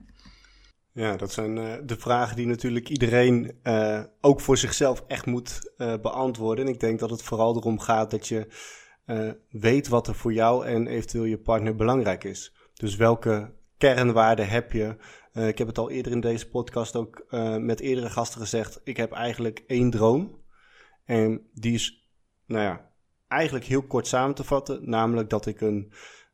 Ja, dat zijn uh, de vragen die natuurlijk iedereen uh, ook voor zichzelf echt moet uh, beantwoorden. En ik denk dat het vooral erom gaat dat je uh, weet wat er voor jou en eventueel je partner belangrijk is. Dus welke kernwaarden heb je? Uh, ik heb het al eerder in deze podcast ook uh, met eerdere gasten gezegd. Ik heb eigenlijk één droom. En die is, nou ja, eigenlijk heel kort samen te vatten. Namelijk dat ik een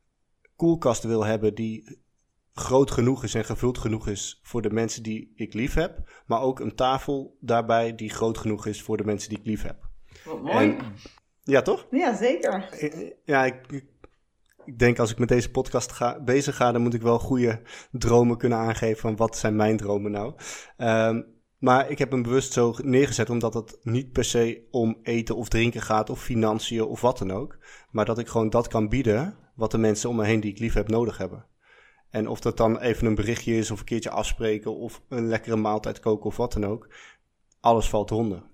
koelkast wil hebben die groot genoeg is en gevuld genoeg is voor de mensen die ik lief heb. Maar ook een tafel daarbij die groot genoeg is voor de mensen die ik lief heb. Wat mooi. En, ja, toch? Ja, zeker. Ja, ik, ik, ik denk als ik met deze podcast ga, bezig ga, dan moet ik wel goede dromen kunnen aangeven van wat zijn mijn dromen nou. Um, maar ik heb hem bewust zo neergezet omdat het niet per se om eten of drinken gaat of financiën of wat dan ook. Maar dat ik gewoon dat kan bieden wat de mensen om me heen die ik lief heb nodig hebben. En of dat dan even een berichtje is of een keertje afspreken of een lekkere maaltijd koken of wat dan ook. Alles valt eronder.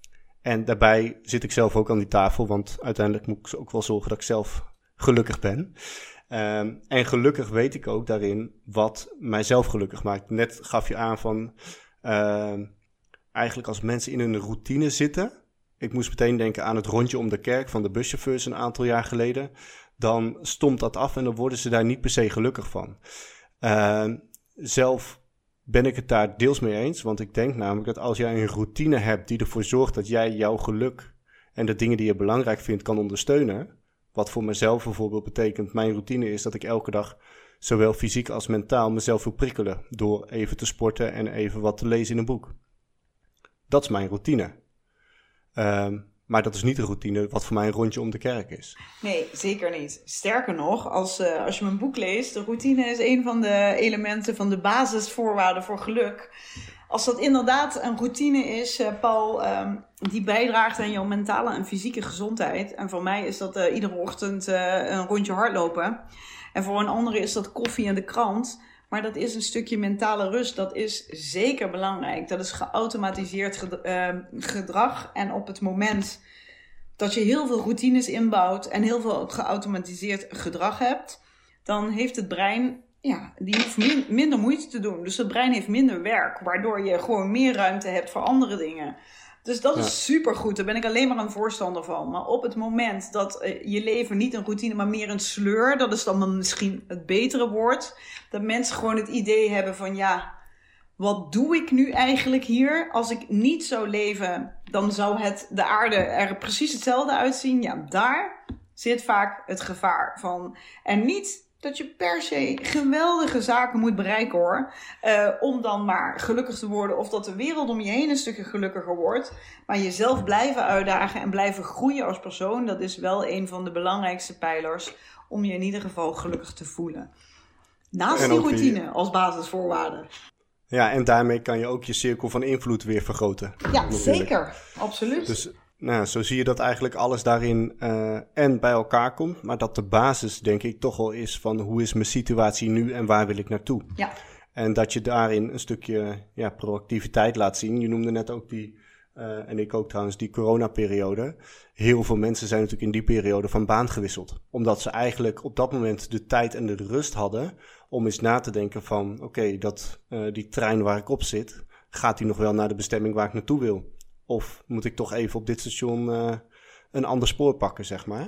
En daarbij zit ik zelf ook aan die tafel, want uiteindelijk moet ik ook wel zorgen dat ik zelf gelukkig ben. Um, en gelukkig weet ik ook daarin wat mijzelf gelukkig maakt. Net gaf je aan van, uh, eigenlijk als mensen in een routine zitten. Ik moest meteen denken aan het rondje om de kerk van de buschauffeurs een aantal jaar geleden. Dan stomt dat af en dan worden ze daar niet per se gelukkig van. Uh, zelf ben ik het daar deels mee eens, want ik denk namelijk dat als jij een routine hebt die ervoor zorgt dat jij jouw geluk en de dingen die je belangrijk vindt kan ondersteunen, wat voor mezelf bijvoorbeeld betekent, mijn routine is dat ik elke dag zowel fysiek als mentaal mezelf wil prikkelen door even te sporten en even wat te lezen in een boek. Dat is mijn routine. Uh, Maar dat is niet een routine wat voor mij een rondje om de kerk is. Nee, zeker niet. Sterker nog, als, uh, als je mijn boek leest, de routine is een van de elementen van de basisvoorwaarden voor geluk. Als dat inderdaad een routine is, uh, Paul, um, die bijdraagt aan jouw mentale en fysieke gezondheid. En voor mij is dat uh, iedere ochtend uh, een rondje hardlopen. En voor een andere is dat koffie en de krant. Maar dat is een stukje mentale rust. Dat is zeker belangrijk. Dat is geautomatiseerd gedrag. En op het moment dat je heel veel routines inbouwt en heel veel geautomatiseerd gedrag hebt, dan heeft het brein, ja, die hoeft min, minder moeite te doen. Dus het brein heeft minder werk, waardoor je gewoon meer ruimte hebt voor andere dingen. Dus dat is ja. supergoed, daar ben ik alleen maar een voorstander van. Maar op het moment dat uh, je leven niet een routine, maar meer een sleur, dat is dan misschien het betere woord. Dat mensen gewoon het idee hebben van, ja, wat doe ik nu eigenlijk hier? Als ik niet zou leven, dan zou het, de aarde er precies hetzelfde uitzien. Ja, daar zit vaak het gevaar van. En niet dat je per se geweldige zaken moet bereiken hoor. Uh, om dan maar gelukkig te worden. Of dat de wereld om je heen een stukje gelukkiger wordt. Maar jezelf blijven uitdagen en blijven groeien als persoon. Dat is wel een van de belangrijkste pijlers. Om je in ieder geval gelukkig te voelen. Naast die routine die... als basisvoorwaarde. Ja, en daarmee kan je ook je cirkel van invloed weer vergroten. Ja, natuurlijk. Zeker. Absoluut. Dus nou, zo zie je dat eigenlijk alles daarin uh, en bij elkaar komt. Maar dat de basis, denk ik, toch wel is van hoe is mijn situatie nu en waar wil ik naartoe? Ja. En dat je daarin een stukje ja, proactiviteit laat zien. Je noemde net ook die, uh, en ik ook trouwens, die coronaperiode. Heel veel mensen zijn natuurlijk in die periode van baan gewisseld. Omdat ze eigenlijk op dat moment de tijd en de rust hadden om eens na te denken van, oké, okay, dat uh, die trein waar ik op zit, gaat die nog wel naar de bestemming waar ik naartoe wil? Of moet ik toch even op dit station uh, een ander spoor pakken, zeg maar.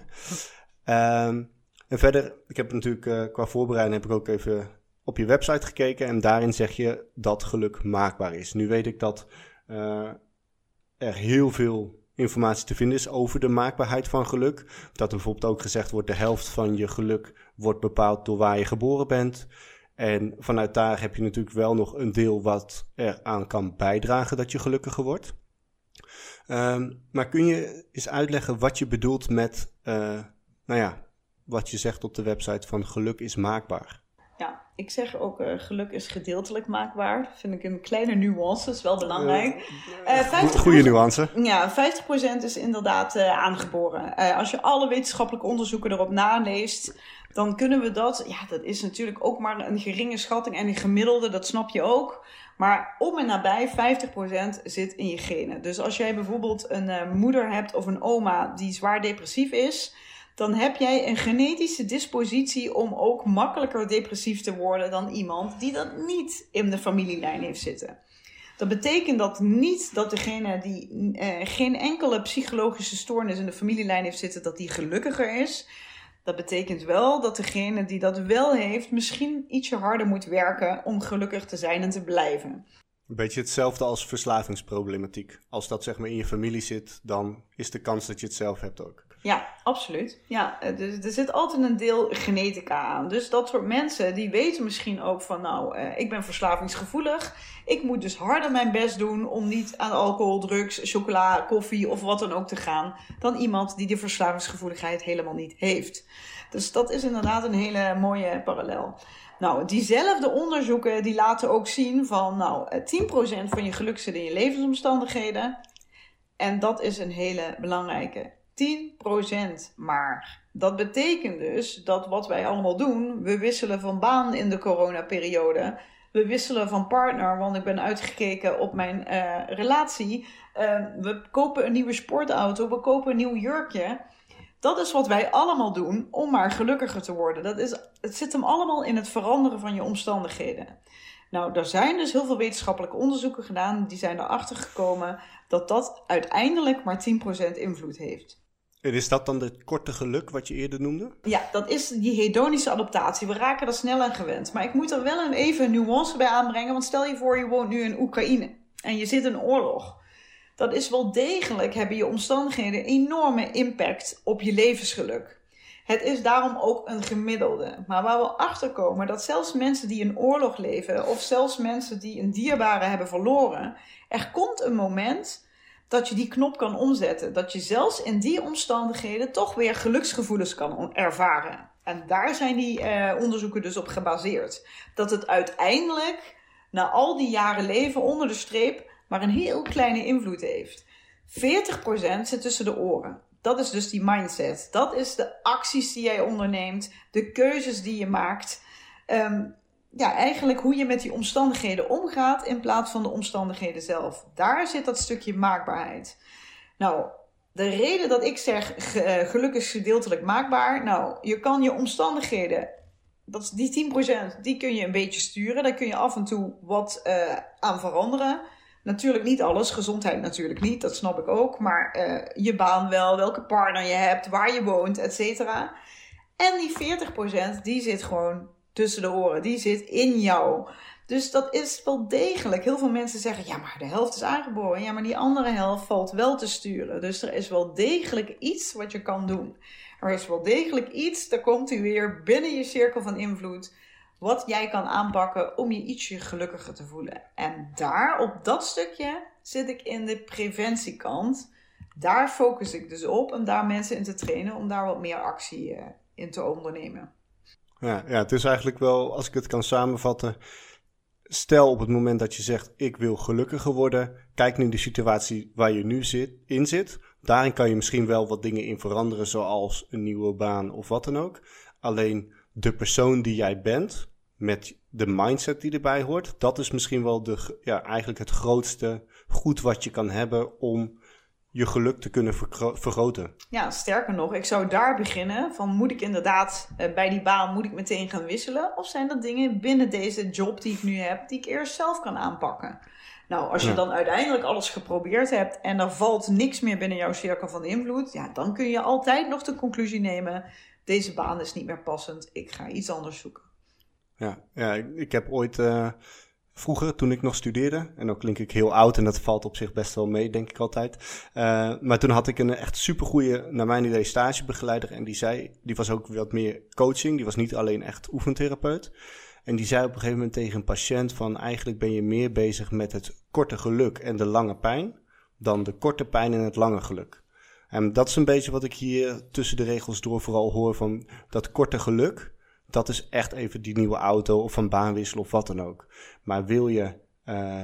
Um, en verder, ik heb natuurlijk uh, qua voorbereiding heb ik ook even op je website gekeken. En daarin zeg je dat geluk maakbaar is. Nu weet ik dat uh, er heel veel informatie te vinden is over de maakbaarheid van geluk. Dat er bijvoorbeeld ook gezegd wordt, de helft van je geluk wordt bepaald door waar je geboren bent. En vanuit daar heb je natuurlijk wel nog een deel wat eraan kan bijdragen dat je gelukkiger wordt. Um, maar kun je eens uitleggen wat je bedoelt met, uh, nou ja, wat je zegt op de website van geluk is maakbaar? Ja, ik zeg ook uh, geluk is gedeeltelijk maakbaar. Dat vind ik een kleine nuance, dat is wel belangrijk. Uh, vijftig Goeie nuance. Ja, vijftig procent is inderdaad uh, aangeboren. Uh, als je alle wetenschappelijke onderzoeken erop naleest, dan kunnen we dat, ja, dat is natuurlijk ook maar een geringe schatting en een gemiddelde, dat snap je ook. Maar om en nabij vijftig procent zit in je genen. Dus als jij bijvoorbeeld een uh, moeder hebt of een oma die zwaar depressief is, dan heb jij een genetische dispositie om ook makkelijker depressief te worden dan iemand die dat niet in de familielijn heeft zitten. Dat betekent dat niet dat degene die uh, geen enkele psychologische stoornis in de familielijn heeft zitten, dat die gelukkiger is. Dat betekent wel dat degene die dat wel heeft misschien ietsje harder moet werken om gelukkig te zijn en te blijven. Een beetje hetzelfde als verslavingsproblematiek. Als dat zeg maar in je familie zit, dan is de kans dat je het zelf hebt ook. Ja, absoluut. Ja, er, er zit altijd een deel genetica aan. Dus dat soort mensen die weten misschien ook van nou, uh, ik ben verslavingsgevoelig. Ik moet dus harder mijn best doen om niet aan alcohol, drugs, chocola, koffie of wat dan ook te gaan. Dan iemand die de verslavingsgevoeligheid helemaal niet heeft. Dus dat is inderdaad een hele mooie parallel. Nou, diezelfde onderzoeken die laten ook zien van nou, tien procent van je geluk zit in je levensomstandigheden. En dat is een hele belangrijke. tien procent maar. Dat betekent dus dat wat wij allemaal doen, we wisselen van baan in de coronaperiode. We wisselen van partner, want ik ben uitgekeken op mijn uh, relatie. Uh, we kopen een nieuwe sportauto, we kopen een nieuw jurkje. Dat is wat wij allemaal doen om maar gelukkiger te worden. Dat is, het zit hem allemaal in het veranderen van je omstandigheden. Nou, er zijn dus heel veel wetenschappelijke onderzoeken gedaan. Die zijn erachter gekomen dat dat uiteindelijk maar tien procent invloed heeft. En is dat dan het korte geluk wat je eerder noemde? Ja, dat is die hedonische adaptatie. We raken er snel aan gewend. Maar ik moet er wel even een nuance bij aanbrengen. Want stel je voor, je woont nu in Oekraïne en je zit in een oorlog. Dat is wel degelijk, hebben je omstandigheden enorme impact op je levensgeluk. Het is daarom ook een gemiddelde. Maar waar we achter komen dat zelfs mensen die in oorlog leven, of zelfs mensen die een dierbare hebben verloren, er komt een moment dat je die knop kan omzetten. Dat je zelfs in die omstandigheden toch weer geluksgevoelens kan ervaren. En daar zijn die uh, onderzoeken dus op gebaseerd. Dat het uiteindelijk, na al die jaren leven onder de streep, maar een heel kleine invloed heeft. veertig procent zit tussen de oren. Dat is dus die mindset. Dat is de acties die jij onderneemt, de keuzes die je maakt. Um, ja, eigenlijk hoe je met die omstandigheden omgaat in plaats van de omstandigheden zelf. Daar zit dat stukje maakbaarheid. Nou, de reden dat ik zeg geluk is gedeeltelijk maakbaar. Nou, je kan je omstandigheden, dat is die tien procent, die kun je een beetje sturen. Daar kun je af en toe wat uh, aan veranderen. Natuurlijk niet alles, gezondheid natuurlijk niet, dat snap ik ook. Maar uh, je baan wel, welke partner je hebt, waar je woont, et cetera. En die veertig procent, die zit gewoon tussen de oren. Die zit in jou. Dus dat is wel degelijk. Heel veel mensen zeggen, ja, maar de helft is aangeboren. Ja, maar die andere helft valt wel te sturen. Dus er is wel degelijk iets wat je kan doen. Er is wel degelijk iets, daar komt u weer, binnen je cirkel van invloed, wat jij kan aanpakken om je ietsje gelukkiger te voelen. En daar, op dat stukje, zit ik in de preventiekant. Daar focus ik dus op om daar mensen in te trainen, om daar wat meer actie uh, in te ondernemen. Ja, ja, het is eigenlijk wel, als ik het kan samenvatten, stel op het moment dat je zegt, ik wil gelukkiger worden, kijk nu de situatie waar je nu zit, in zit. Daarin kan je misschien wel wat dingen in veranderen, zoals een nieuwe baan of wat dan ook. Alleen de persoon die jij bent, met de mindset die erbij hoort, dat is misschien wel de, ja, eigenlijk het grootste goed wat je kan hebben om je geluk te kunnen vergro- vergroten. Ja, sterker nog, ik zou daar beginnen van, moet ik inderdaad uh, bij die baan, moet ik meteen gaan wisselen? Of zijn dat dingen binnen deze job die ik nu heb, die ik eerst zelf kan aanpakken? Nou, als je ja. dan uiteindelijk alles geprobeerd hebt en er valt niks meer binnen jouw cirkel van invloed, ja, dan kun je altijd nog de conclusie nemen, deze baan is niet meer passend, ik ga iets anders zoeken. Ja, ja ik, ik heb ooit uh, vroeger, toen ik nog studeerde, en dan klink ik heel oud en dat valt op zich best wel mee, denk ik altijd. Uh, maar toen had ik een echt supergoeie, naar mijn idee, stagebegeleider en die zei, die was ook wat meer coaching, die was niet alleen echt oefentherapeut. En die zei op een gegeven moment tegen een patiënt van, eigenlijk ben je meer bezig met het korte geluk en de lange pijn, dan de korte pijn en het lange geluk. En dat is een beetje wat ik hier tussen de regels door vooral hoor van dat korte geluk. Dat is echt even die nieuwe auto of een baanwissel of wat dan ook. Maar wil je uh,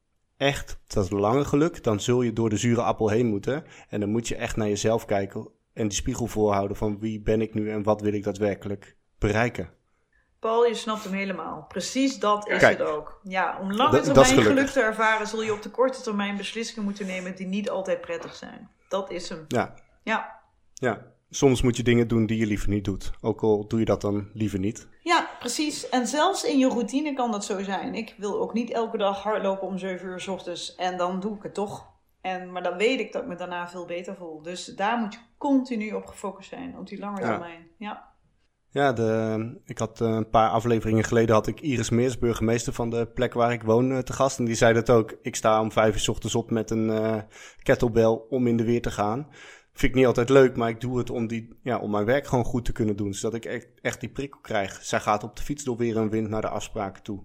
echt dat lange geluk, dan zul je door de zure appel heen moeten. En dan moet je echt naar jezelf kijken en die spiegel voorhouden van wie ben ik nu en wat wil ik daadwerkelijk bereiken. Paul, je snapt hem helemaal. Precies dat is Kijk, het ook. Ja, om lange d- termijn geluk. geluk te ervaren, zul je op de korte termijn beslissingen moeten nemen die niet altijd prettig zijn. Dat is hem. Ja. Ja. Ja. Soms moet je dingen doen die je liever niet doet. Ook al doe je dat dan liever niet. Ja, precies. En zelfs in je routine kan dat zo zijn. Ik wil ook niet elke dag hardlopen om zeven uur 's ochtends. En dan doe ik het toch. En, maar dan weet ik dat ik me daarna veel beter voel. Dus daar moet je continu op gefocust zijn. Op die lange termijn. Ja. ja. Ja, de, ik had een paar afleveringen geleden had ik Iris Meers, burgemeester van de plek waar ik woon, te gast. En die zei dat ook. Ik sta om vijf uur 's ochtends op met een uh, kettlebell om in de weer te gaan. Vind ik niet altijd leuk, maar ik doe het om, die, ja, om mijn werk gewoon goed te kunnen doen. Zodat ik echt, echt die prikkel krijg. Zij gaat op de fiets door weer en wind naar de afspraken toe.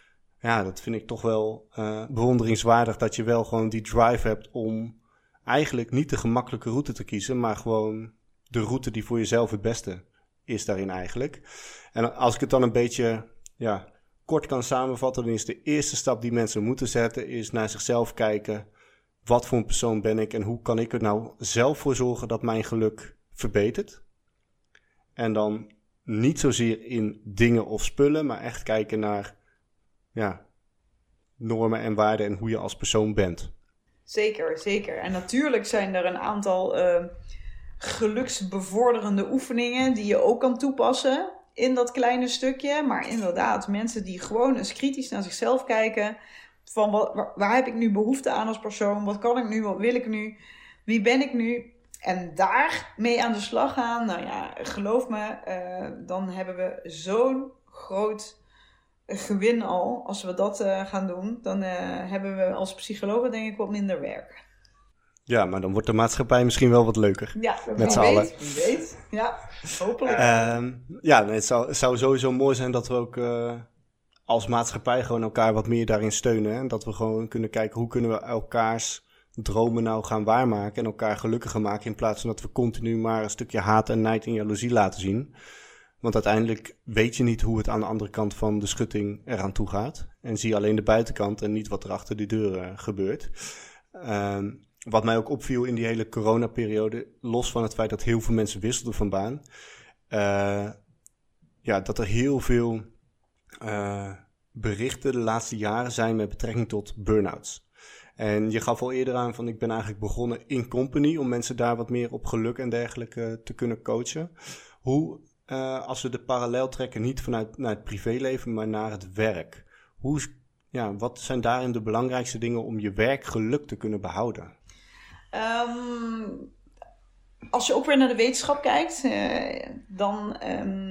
Ja, dat vind ik toch wel uh, bewonderingswaardig dat je wel gewoon die drive hebt om eigenlijk niet de gemakkelijke route te kiezen, maar gewoon de route die voor jezelf het beste is daarin eigenlijk. En als ik het dan een beetje ja, kort kan samenvatten, dan is de eerste stap die mensen moeten zetten, is naar zichzelf kijken. Wat voor een persoon ben ik en hoe kan ik er nou zelf voor zorgen dat mijn geluk verbetert? En dan niet zozeer in dingen of spullen, maar echt kijken naar ja, normen en waarden en hoe je als persoon bent. Zeker, zeker. En natuurlijk zijn er een aantal uh, geluksbevorderende oefeningen die je ook kan toepassen in dat kleine stukje. Maar inderdaad, mensen die gewoon eens kritisch naar zichzelf kijken. Van wat, waar, waar heb ik nu behoefte aan als persoon? Wat kan ik nu? Wat wil ik nu? Wie ben ik nu? En daar mee aan de slag gaan. Nou ja, geloof me, uh, dan hebben we zo'n groot gewin al. Als we dat uh, gaan doen, dan uh, hebben we als psychologen denk ik wat minder werk. Ja, maar dan wordt de maatschappij misschien wel wat leuker. Ja, met z'n wie allen. weet, wie weet. Ja, hopelijk. Uh, ja, nee, het, zou, het zou sowieso mooi zijn dat we ook uh, als maatschappij gewoon elkaar wat meer daarin steunen. En dat we gewoon kunnen kijken hoe kunnen we elkaars dromen nou gaan waarmaken en elkaar gelukkiger maken, in plaats van dat we continu maar een stukje haat en nijd en jaloezie laten zien. Want uiteindelijk weet je niet hoe het aan de andere kant van de schutting eraan toe gaat. En zie je alleen de buitenkant en niet wat er achter die deuren gebeurt. Um, wat mij ook opviel in die hele coronaperiode, los van het feit dat heel veel mensen wisselden van baan. Uh, ja, dat er heel veel uh, berichten de laatste jaren zijn met betrekking tot burn-outs. En je gaf al eerder aan van ik ben eigenlijk begonnen in company om mensen daar wat meer op geluk en dergelijke te kunnen coachen. Hoe, uh, als we de parallel trekken, niet vanuit naar het privéleven, maar naar het werk. Hoe, ja, wat zijn daarin de belangrijkste dingen om je werkgeluk te kunnen behouden? Um, als je ook weer naar de wetenschap kijkt, uh, dan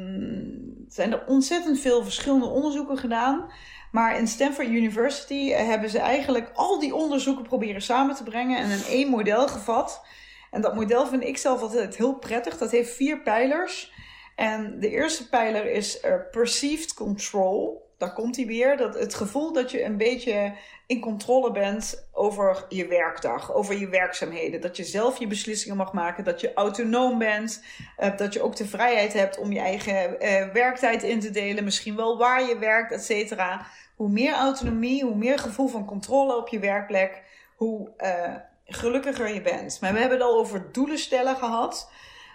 um, zijn er ontzettend veel verschillende onderzoeken gedaan. Maar in Stanford University hebben ze eigenlijk al die onderzoeken proberen samen te brengen en in één model gevat. En dat model vind ik zelf altijd heel prettig. Dat heeft vier pijlers. En de eerste pijler is uh, perceived control. Daar komt hij weer. Dat, het gevoel dat je een beetje in controle bent over je werkdag, over je werkzaamheden. Dat je zelf je beslissingen mag maken, dat je autonoom bent. Uh, dat je ook de vrijheid hebt om je eigen uh, werktijd in te delen. Misschien wel waar je werkt, et cetera. Hoe meer autonomie, hoe meer gevoel van controle op je werkplek, hoe uh, gelukkiger je bent. Maar we hebben het al over doelen stellen gehad.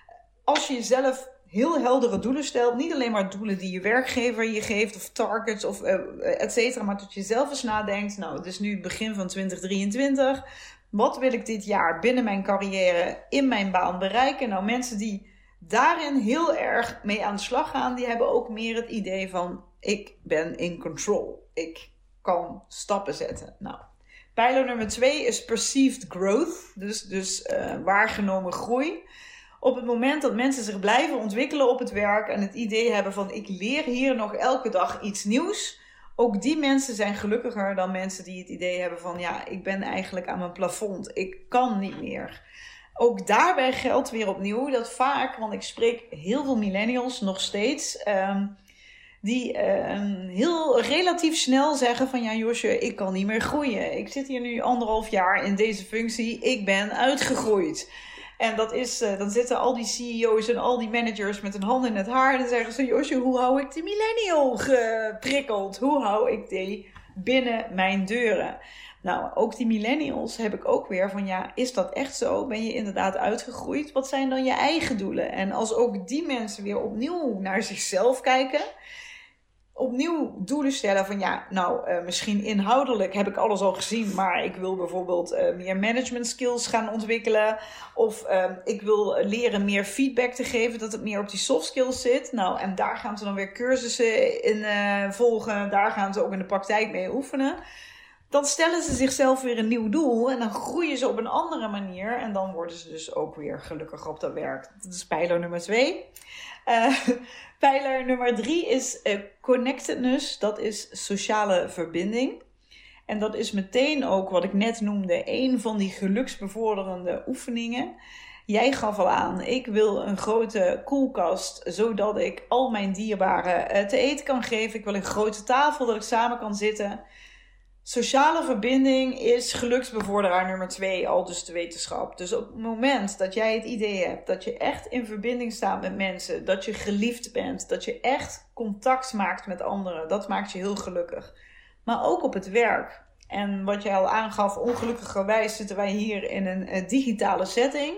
Als je jezelf heel heldere doelen stelt, niet alleen maar doelen die je werkgever je geeft, of targets, of uh, et cetera, maar dat je zelf eens nadenkt, nou, het is nu het begin van twintig drieëntwintig, wat wil ik dit jaar binnen mijn carrière, in mijn baan bereiken? Nou, mensen die daarin heel erg mee aan de slag gaan, die hebben ook meer het idee van, ik ben in control, ik kan stappen zetten. Nou, pijler nummer twee is perceived growth, dus, dus uh, waargenomen groei. Op het moment dat mensen zich blijven ontwikkelen op het werk en het idee hebben van ik leer hier nog elke dag iets nieuws. Ook die mensen zijn gelukkiger dan mensen die het idee hebben van ja, ik ben eigenlijk aan mijn plafond. Ik kan niet meer. Ook daarbij geldt weer opnieuw dat vaak, want ik spreek heel veel millennials nog steeds, um, die um, heel relatief snel zeggen van ja Josje, ik kan niet meer groeien. Ik zit hier nu anderhalf jaar in deze functie, ik ben uitgegroeid. En dat is, uh, dan zitten al die C E O's en al die managers met hun handen in het haar. En dan zeggen ze, Josje, hoe hou ik die millennial geprikkeld? Hoe hou ik die binnen mijn deuren? Nou, ook die millennials heb ik ook weer van, ja, is dat echt zo? Ben je inderdaad uitgegroeid? Wat zijn dan je eigen doelen? En als ook die mensen weer opnieuw naar zichzelf kijken, opnieuw doelen stellen van ja, nou uh, misschien inhoudelijk heb ik alles al gezien, maar ik wil bijvoorbeeld uh, meer management skills gaan ontwikkelen of uh, ik wil leren meer feedback te geven, dat het meer op die soft skills zit. Nou, en daar gaan ze dan weer cursussen in uh, volgen, daar gaan ze ook in de praktijk mee oefenen. Dan stellen ze zichzelf weer een nieuw doel en dan groeien ze op een andere manier en dan worden ze dus ook weer gelukkiger op dat werk. Dat is pijler nummer twee. Uh, pijler nummer drie is uh, connectedness, dat is sociale verbinding. En dat is meteen ook wat ik net noemde, een van die geluksbevorderende oefeningen. Jij gaf al aan, ik wil een grote koelkast, zodat ik al mijn dierbaren uh, te eten kan geven. Ik wil een grote tafel, dat ik samen kan zitten. Sociale verbinding is geluksbevorderaar nummer twee, al dus de wetenschap. Dus op het moment dat jij het idee hebt dat je echt in verbinding staat met mensen, dat je geliefd bent, dat je echt contact maakt met anderen, dat maakt je heel gelukkig. Maar ook op het werk. En wat jij al aangaf, ongelukkigerwijs zitten wij hier in een uh, digitale setting.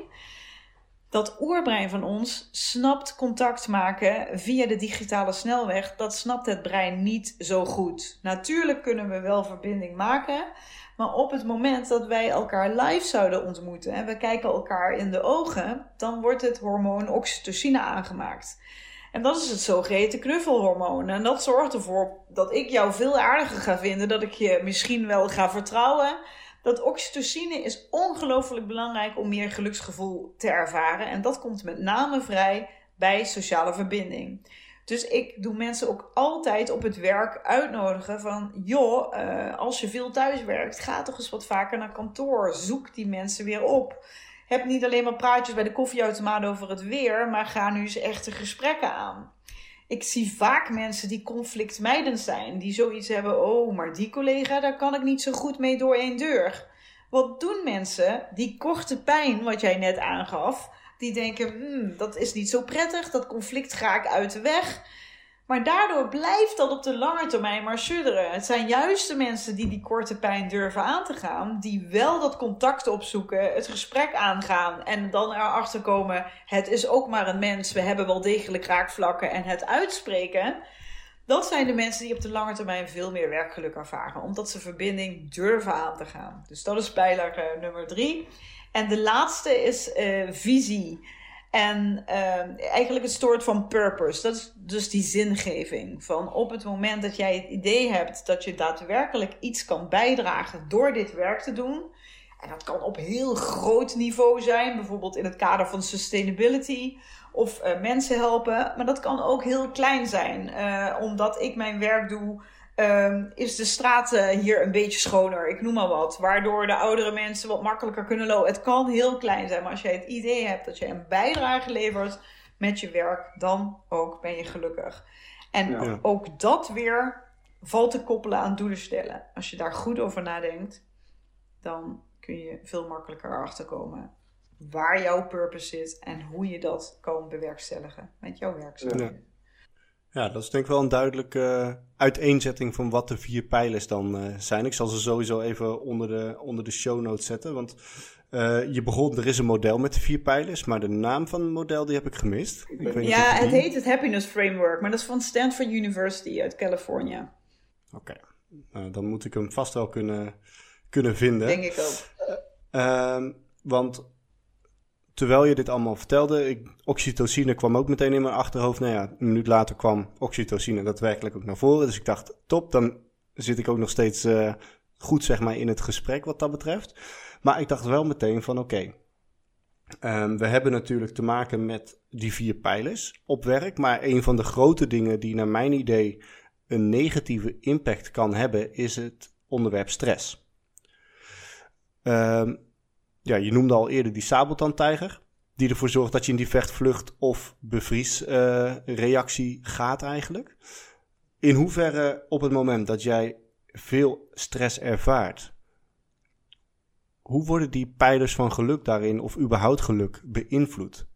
Dat oerbrein van ons snapt contact maken via de digitale snelweg. Dat snapt het brein niet zo goed. Natuurlijk kunnen we wel verbinding maken. Maar op het moment dat wij elkaar live zouden ontmoeten en we kijken elkaar in de ogen, dan wordt het hormoon oxytocine aangemaakt. En dat is het zogeheten knuffelhormoon. En dat zorgt ervoor dat ik jou veel aardiger ga vinden, dat ik je misschien wel ga vertrouwen. Dat oxytocine is ongelooflijk belangrijk om meer geluksgevoel te ervaren. En dat komt met name vrij bij sociale verbinding. Dus ik doe mensen ook altijd op het werk uitnodigen van, joh, uh, als je veel thuis werkt, ga toch eens wat vaker naar kantoor. Zoek die mensen weer op. Heb niet alleen maar praatjes bij de koffieautomaat over het weer, maar ga nu eens echte gesprekken aan. Ik zie vaak mensen die conflictmijdend zijn, die zoiets hebben, oh, maar die collega, daar kan ik niet zo goed mee door één deur. Wat doen mensen? Die korte pijn, wat jij net aangaf, die denken, hmm, dat is niet zo prettig, dat conflict ga ik uit de weg. Maar daardoor blijft dat op de lange termijn maar sudderen. Het zijn juist de mensen die die korte pijn durven aan te gaan, die wel dat contact opzoeken, het gesprek aangaan en dan erachter komen, het is ook maar een mens, we hebben wel degelijk raakvlakken en het uitspreken. Dat zijn de mensen die op de lange termijn veel meer werkgeluk ervaren, omdat ze verbinding durven aan te gaan. Dus dat is pijler uh, nummer drie. En de laatste is uh, visie. En uh, eigenlijk een soort van purpose. Dat is dus die zingeving. Van op het moment dat jij het idee hebt dat je daadwerkelijk iets kan bijdragen door dit werk te doen. En dat kan op heel groot niveau zijn. Bijvoorbeeld in het kader van sustainability. Of uh, mensen helpen. Maar dat kan ook heel klein zijn. Uh, omdat ik mijn werk doe. Um, is de straat uh, hier een beetje schoner, ik noem maar wat. Waardoor de oudere mensen wat makkelijker kunnen lopen. Het kan heel klein zijn, maar als jij het idee hebt dat je een bijdrage levert met je werk, dan ook ben je gelukkig. En ja. ook dat weer valt te koppelen aan doelen stellen. Als je daar goed over nadenkt, dan kun je veel makkelijker erachter komen waar jouw purpose zit en hoe je dat kan bewerkstelligen met jouw werkzaamheden. Ja. Ja, dat is denk ik wel een duidelijke uh, uiteenzetting van wat de vier pijlers dan uh, zijn. Ik zal ze sowieso even onder de, onder de show notes zetten. Want uh, je begon, er is een model met de vier pijlers, maar de naam van het model die heb ik gemist. Ik weet ja, het die... heet het Happiness Framework, maar dat is van Stanford University uit Californië. Oké, okay. uh, dan moet ik hem vast wel kunnen, kunnen vinden. Denk ik ook. Uh, uh, want... Terwijl je dit allemaal vertelde, ik, oxytocine kwam ook meteen in mijn achterhoofd. Nou ja, een minuut later kwam oxytocine daadwerkelijk ook naar voren. Dus ik dacht, top, dan zit ik ook nog steeds uh, goed zeg maar in het gesprek wat dat betreft. Maar ik dacht wel meteen van oké, okay, um, we hebben natuurlijk te maken met die vier pijlers op werk. Maar een van de grote dingen die naar mijn idee een negatieve impact kan hebben, is het onderwerp stress. Um, Ja, je noemde al eerder die sabeltandtijger, die ervoor zorgt dat je in die vecht, vlucht of bevriesreactie uh, gaat eigenlijk. In hoeverre op het moment dat jij veel stress ervaart, hoe worden die pijlers van geluk daarin of überhaupt geluk beïnvloed?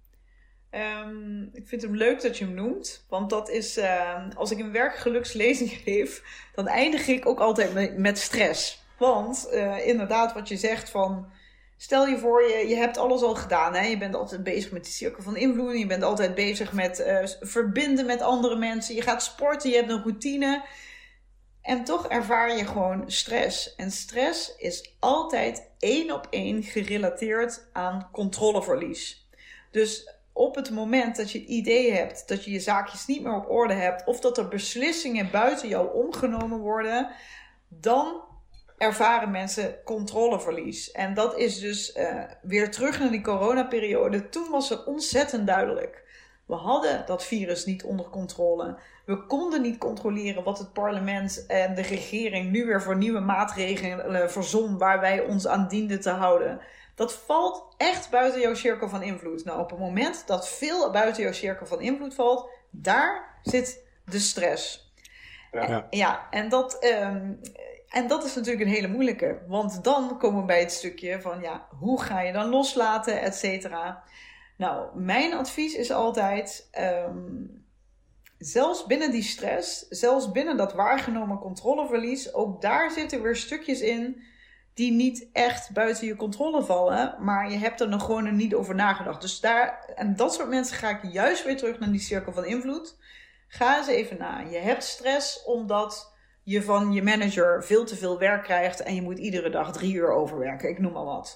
Um, ik vind hem leuk dat je hem noemt, want dat is, uh, als ik een werkgelukslezing geef, dan eindig ik ook altijd met, met stress. Want uh, inderdaad wat je zegt van... Stel je voor, je, je hebt alles al gedaan. Hè? Je bent altijd bezig met die cirkel van invloed. Je bent altijd bezig met uh, verbinden met andere mensen. Je gaat sporten, je hebt een routine. En toch ervaar je gewoon stress. En stress is altijd één op één gerelateerd aan controleverlies. Dus op het moment dat je het idee hebt dat je je zaakjes niet meer op orde hebt... of dat er beslissingen buiten jou omgenomen worden... dan... ervaren mensen controleverlies. En dat is dus uh, weer terug naar die coronaperiode. Toen was het ontzettend duidelijk. We hadden dat virus niet onder controle. We konden niet controleren wat het parlement en de regering nu weer voor nieuwe maatregelen verzon waar wij ons aan dienden te houden. Dat valt echt buiten jouw cirkel van invloed. Nou, op het moment dat veel buiten jouw cirkel van invloed valt, daar zit de stress. Ja, en, ja, en dat... Um, En dat is natuurlijk een hele moeilijke. Want dan komen we bij het stukje van ja, hoe ga je dan loslaten, et cetera. Nou, mijn advies is altijd, um, zelfs binnen die stress, zelfs binnen dat waargenomen controleverlies, ook daar zitten weer stukjes in die niet echt buiten je controle vallen, maar je hebt er nog gewoon niet over nagedacht. Dus daar, en dat soort mensen ga ik juist weer terug naar die cirkel van invloed. Ga eens even na. Je hebt stress omdat je van je manager veel te veel werk krijgt en je moet iedere dag drie uur overwerken. Ik noem maar wat.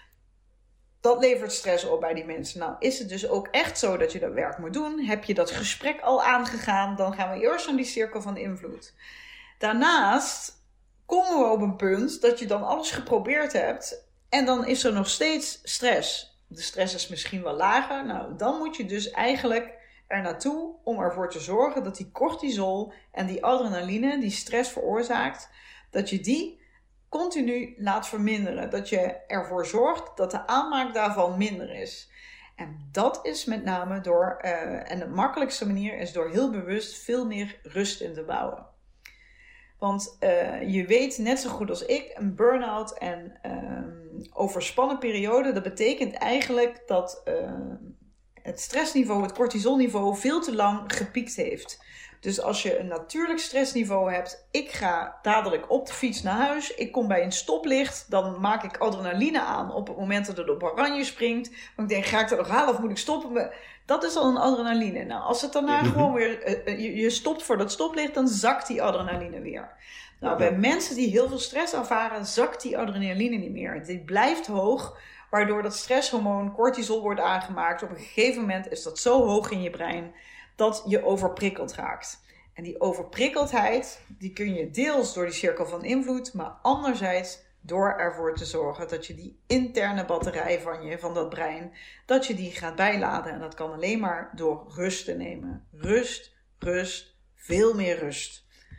Dat levert stress op bij die mensen. Nou, is het dus ook echt zo dat je dat werk moet doen? Heb je dat gesprek al aangegaan? Dan gaan we eerst naar die cirkel van invloed. Daarnaast komen we op een punt dat je dan alles geprobeerd hebt en dan is er nog steeds stress. De stress is misschien wel lager. Nou, dan moet je dus eigenlijk er naartoe om ervoor te zorgen dat die cortisol en die adrenaline die stress veroorzaakt, dat je die continu laat verminderen. Dat je ervoor zorgt dat de aanmaak daarvan minder is. En dat is met name door, uh, en de makkelijkste manier is door heel bewust veel meer rust in te bouwen. Want uh, je weet net zo goed als ik, een burn-out en uh, overspannen periode, dat betekent eigenlijk dat uh, het stressniveau, het cortisolniveau veel te lang gepiekt heeft. Dus als je een natuurlijk stressniveau hebt, ik ga dadelijk op de fiets naar huis, ik kom bij een stoplicht, dan maak ik adrenaline aan op het moment dat het op oranje springt. Want ik denk, ga ik dat nog halen of moet ik stoppen? Dat is al een adrenaline. Nou, als het daarna gewoon weer, uh, je, je stopt voor dat stoplicht, dan zakt die adrenaline weer. Nou, bij mensen die heel veel stress ervaren, zakt die adrenaline niet meer. Die blijft hoog, waardoor dat stresshormoon cortisol wordt aangemaakt. Op een gegeven moment is dat zo hoog in je brein dat je overprikkeld raakt. En die overprikkeldheid, die kun je deels door die cirkel van invloed, maar anderzijds door ervoor te zorgen dat je die interne batterij van je, van dat brein, dat je die gaat bijladen. En dat kan alleen maar door rust te nemen. Rust, rust, veel meer rust.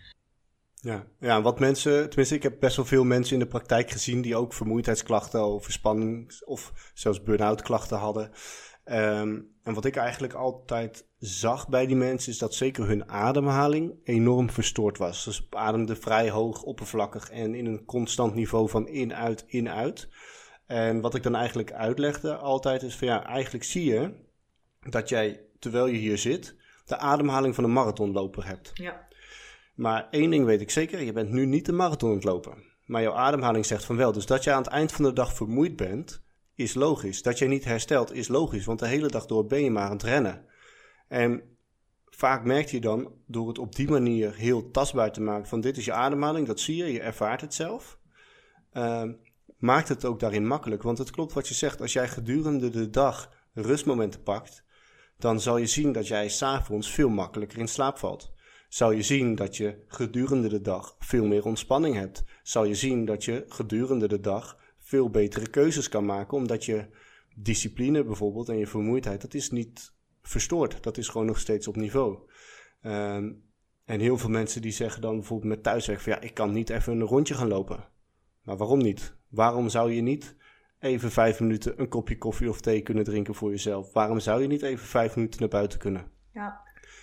Ja, ja, wat mensen, tenminste ik heb best wel veel mensen in de praktijk gezien die ook vermoeidheidsklachten of verspanning of zelfs burn-out klachten hadden. Um, en wat ik eigenlijk altijd zag bij die mensen is dat zeker hun ademhaling enorm verstoord was. Dus ademden vrij hoog, oppervlakkig en in een constant niveau van in-uit, in-uit. En wat ik dan eigenlijk uitlegde altijd is van ja, eigenlijk zie je dat jij, terwijl je hier zit, de ademhaling van een marathonloper hebt. Ja. Maar één ding weet ik zeker, je bent nu niet de marathon aan het lopen. Maar jouw ademhaling zegt van wel. Dus dat je aan het eind van de dag vermoeid bent, is logisch. Dat je niet herstelt, is logisch. Want de hele dag door ben je maar aan het rennen. En vaak merk je dan, door het op die manier heel tastbaar te maken van dit is je ademhaling, dat zie je, je ervaart het zelf. Uh, maakt het ook daarin makkelijk. Want het klopt wat je zegt, als jij gedurende de dag rustmomenten pakt, dan zal je zien dat jij 's avonds veel makkelijker in slaap valt. Zal je zien dat je gedurende de dag veel meer ontspanning hebt. Zal je zien dat je gedurende de dag veel betere keuzes kan maken, omdat je discipline bijvoorbeeld en je vermoeidheid, dat is niet verstoord. Dat is gewoon nog steeds op niveau. Um, en heel veel mensen die zeggen dan bijvoorbeeld met thuiswerk van ja, ik kan niet even een rondje gaan lopen. Maar waarom niet? Waarom zou je niet even vijf minuten een kopje koffie of thee kunnen drinken voor jezelf? Waarom zou je niet even vijf minuten naar buiten kunnen? Ja.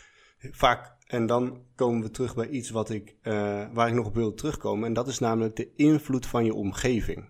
Vaak, en dan komen we terug bij iets wat ik, uh, waar ik nog op wil terugkomen. En dat is namelijk de invloed van je omgeving.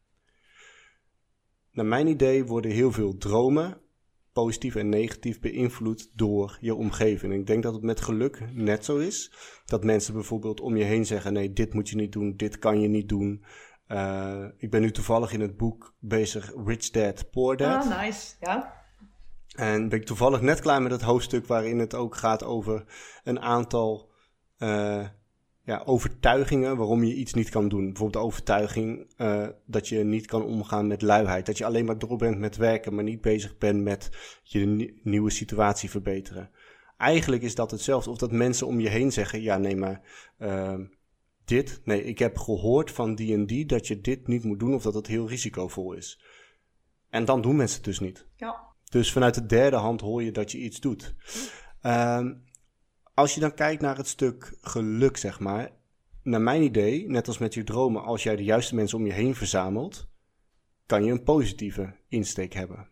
Naar mijn idee worden heel veel dromen positief en negatief beïnvloed door je omgeving. En ik denk dat het met geluk net zo is. Dat mensen bijvoorbeeld om je heen zeggen, nee, dit moet je niet doen, dit kan je niet doen. Uh, ik ben nu toevallig in het boek bezig, Rich Dad, Poor Dad. Ah, nice, ja. En ben ik toevallig net klaar met het hoofdstuk waarin het ook gaat over een aantal uh, ja, overtuigingen waarom je iets niet kan doen. Bijvoorbeeld de overtuiging uh, dat je niet kan omgaan met luiheid. Dat je alleen maar door bent met werken, maar niet bezig bent met je nie- nieuwe situatie verbeteren. Eigenlijk is dat hetzelfde. Of dat mensen om je heen zeggen, ja nee maar uh, dit, nee ik heb gehoord van die en die dat je dit niet moet doen of dat het heel risicovol is. En dan doen mensen het dus niet. Ja. Dus vanuit de derde hand hoor je dat je iets doet. Um, als je dan kijkt naar het stuk geluk, zeg maar. Naar mijn idee, net als met je dromen, als jij de juiste mensen om je heen verzamelt, kan je een positieve insteek hebben.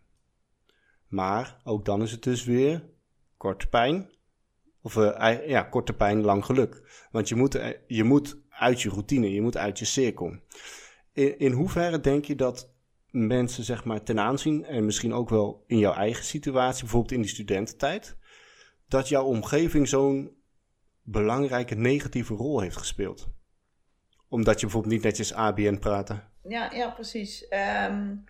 Maar ook dan is het dus weer korte pijn. Of uh, ja, korte pijn, lang geluk. Want je moet, je moet uit je routine, je moet uit je cirkel. In, in hoeverre denk je dat mensen zeg maar ten aanzien, en misschien ook wel in jouw eigen situatie, bijvoorbeeld in die studententijd, dat jouw omgeving zo'n belangrijke negatieve rol heeft gespeeld? Omdat je bijvoorbeeld niet netjes A B N praatte. Ja, ja, precies. Um,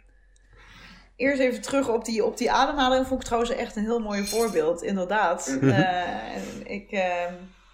eerst even terug op die, op die ademhaling. Vond ik trouwens echt een heel mooi voorbeeld, inderdaad. Mm-hmm. Uh, ik, uh,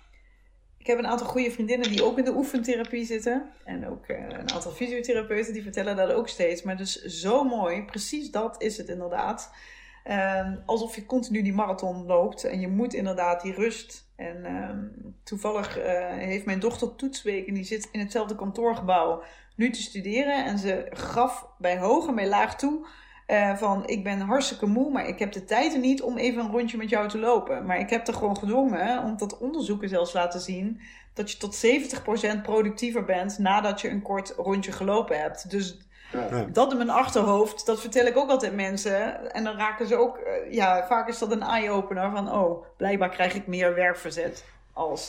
ik heb een aantal goede vriendinnen die ook in de oefentherapie zitten. En ook uh, een aantal fysiotherapeuten die vertellen dat ook steeds. Maar dus zo mooi, precies dat is het inderdaad. Um, alsof je continu die marathon loopt en je moet inderdaad die rust. En um, toevallig uh, heeft mijn dochter toetsweek en die zit in hetzelfde kantoorgebouw nu te studeren. En ze gaf bij hoog en bij laag toe uh, van ik ben hartstikke moe, maar ik heb de tijd er niet om even een rondje met jou te lopen. Maar ik heb er gewoon gedwongen, omdat onderzoeken zelfs laten zien dat je tot zeventig procent productiever bent nadat je een kort rondje gelopen hebt. Dus ja. Dat in mijn achterhoofd, dat vertel ik ook altijd mensen. En dan raken ze ook, ja, vaak is dat een eye-opener van, oh, blijkbaar krijg ik meer werkverzet als.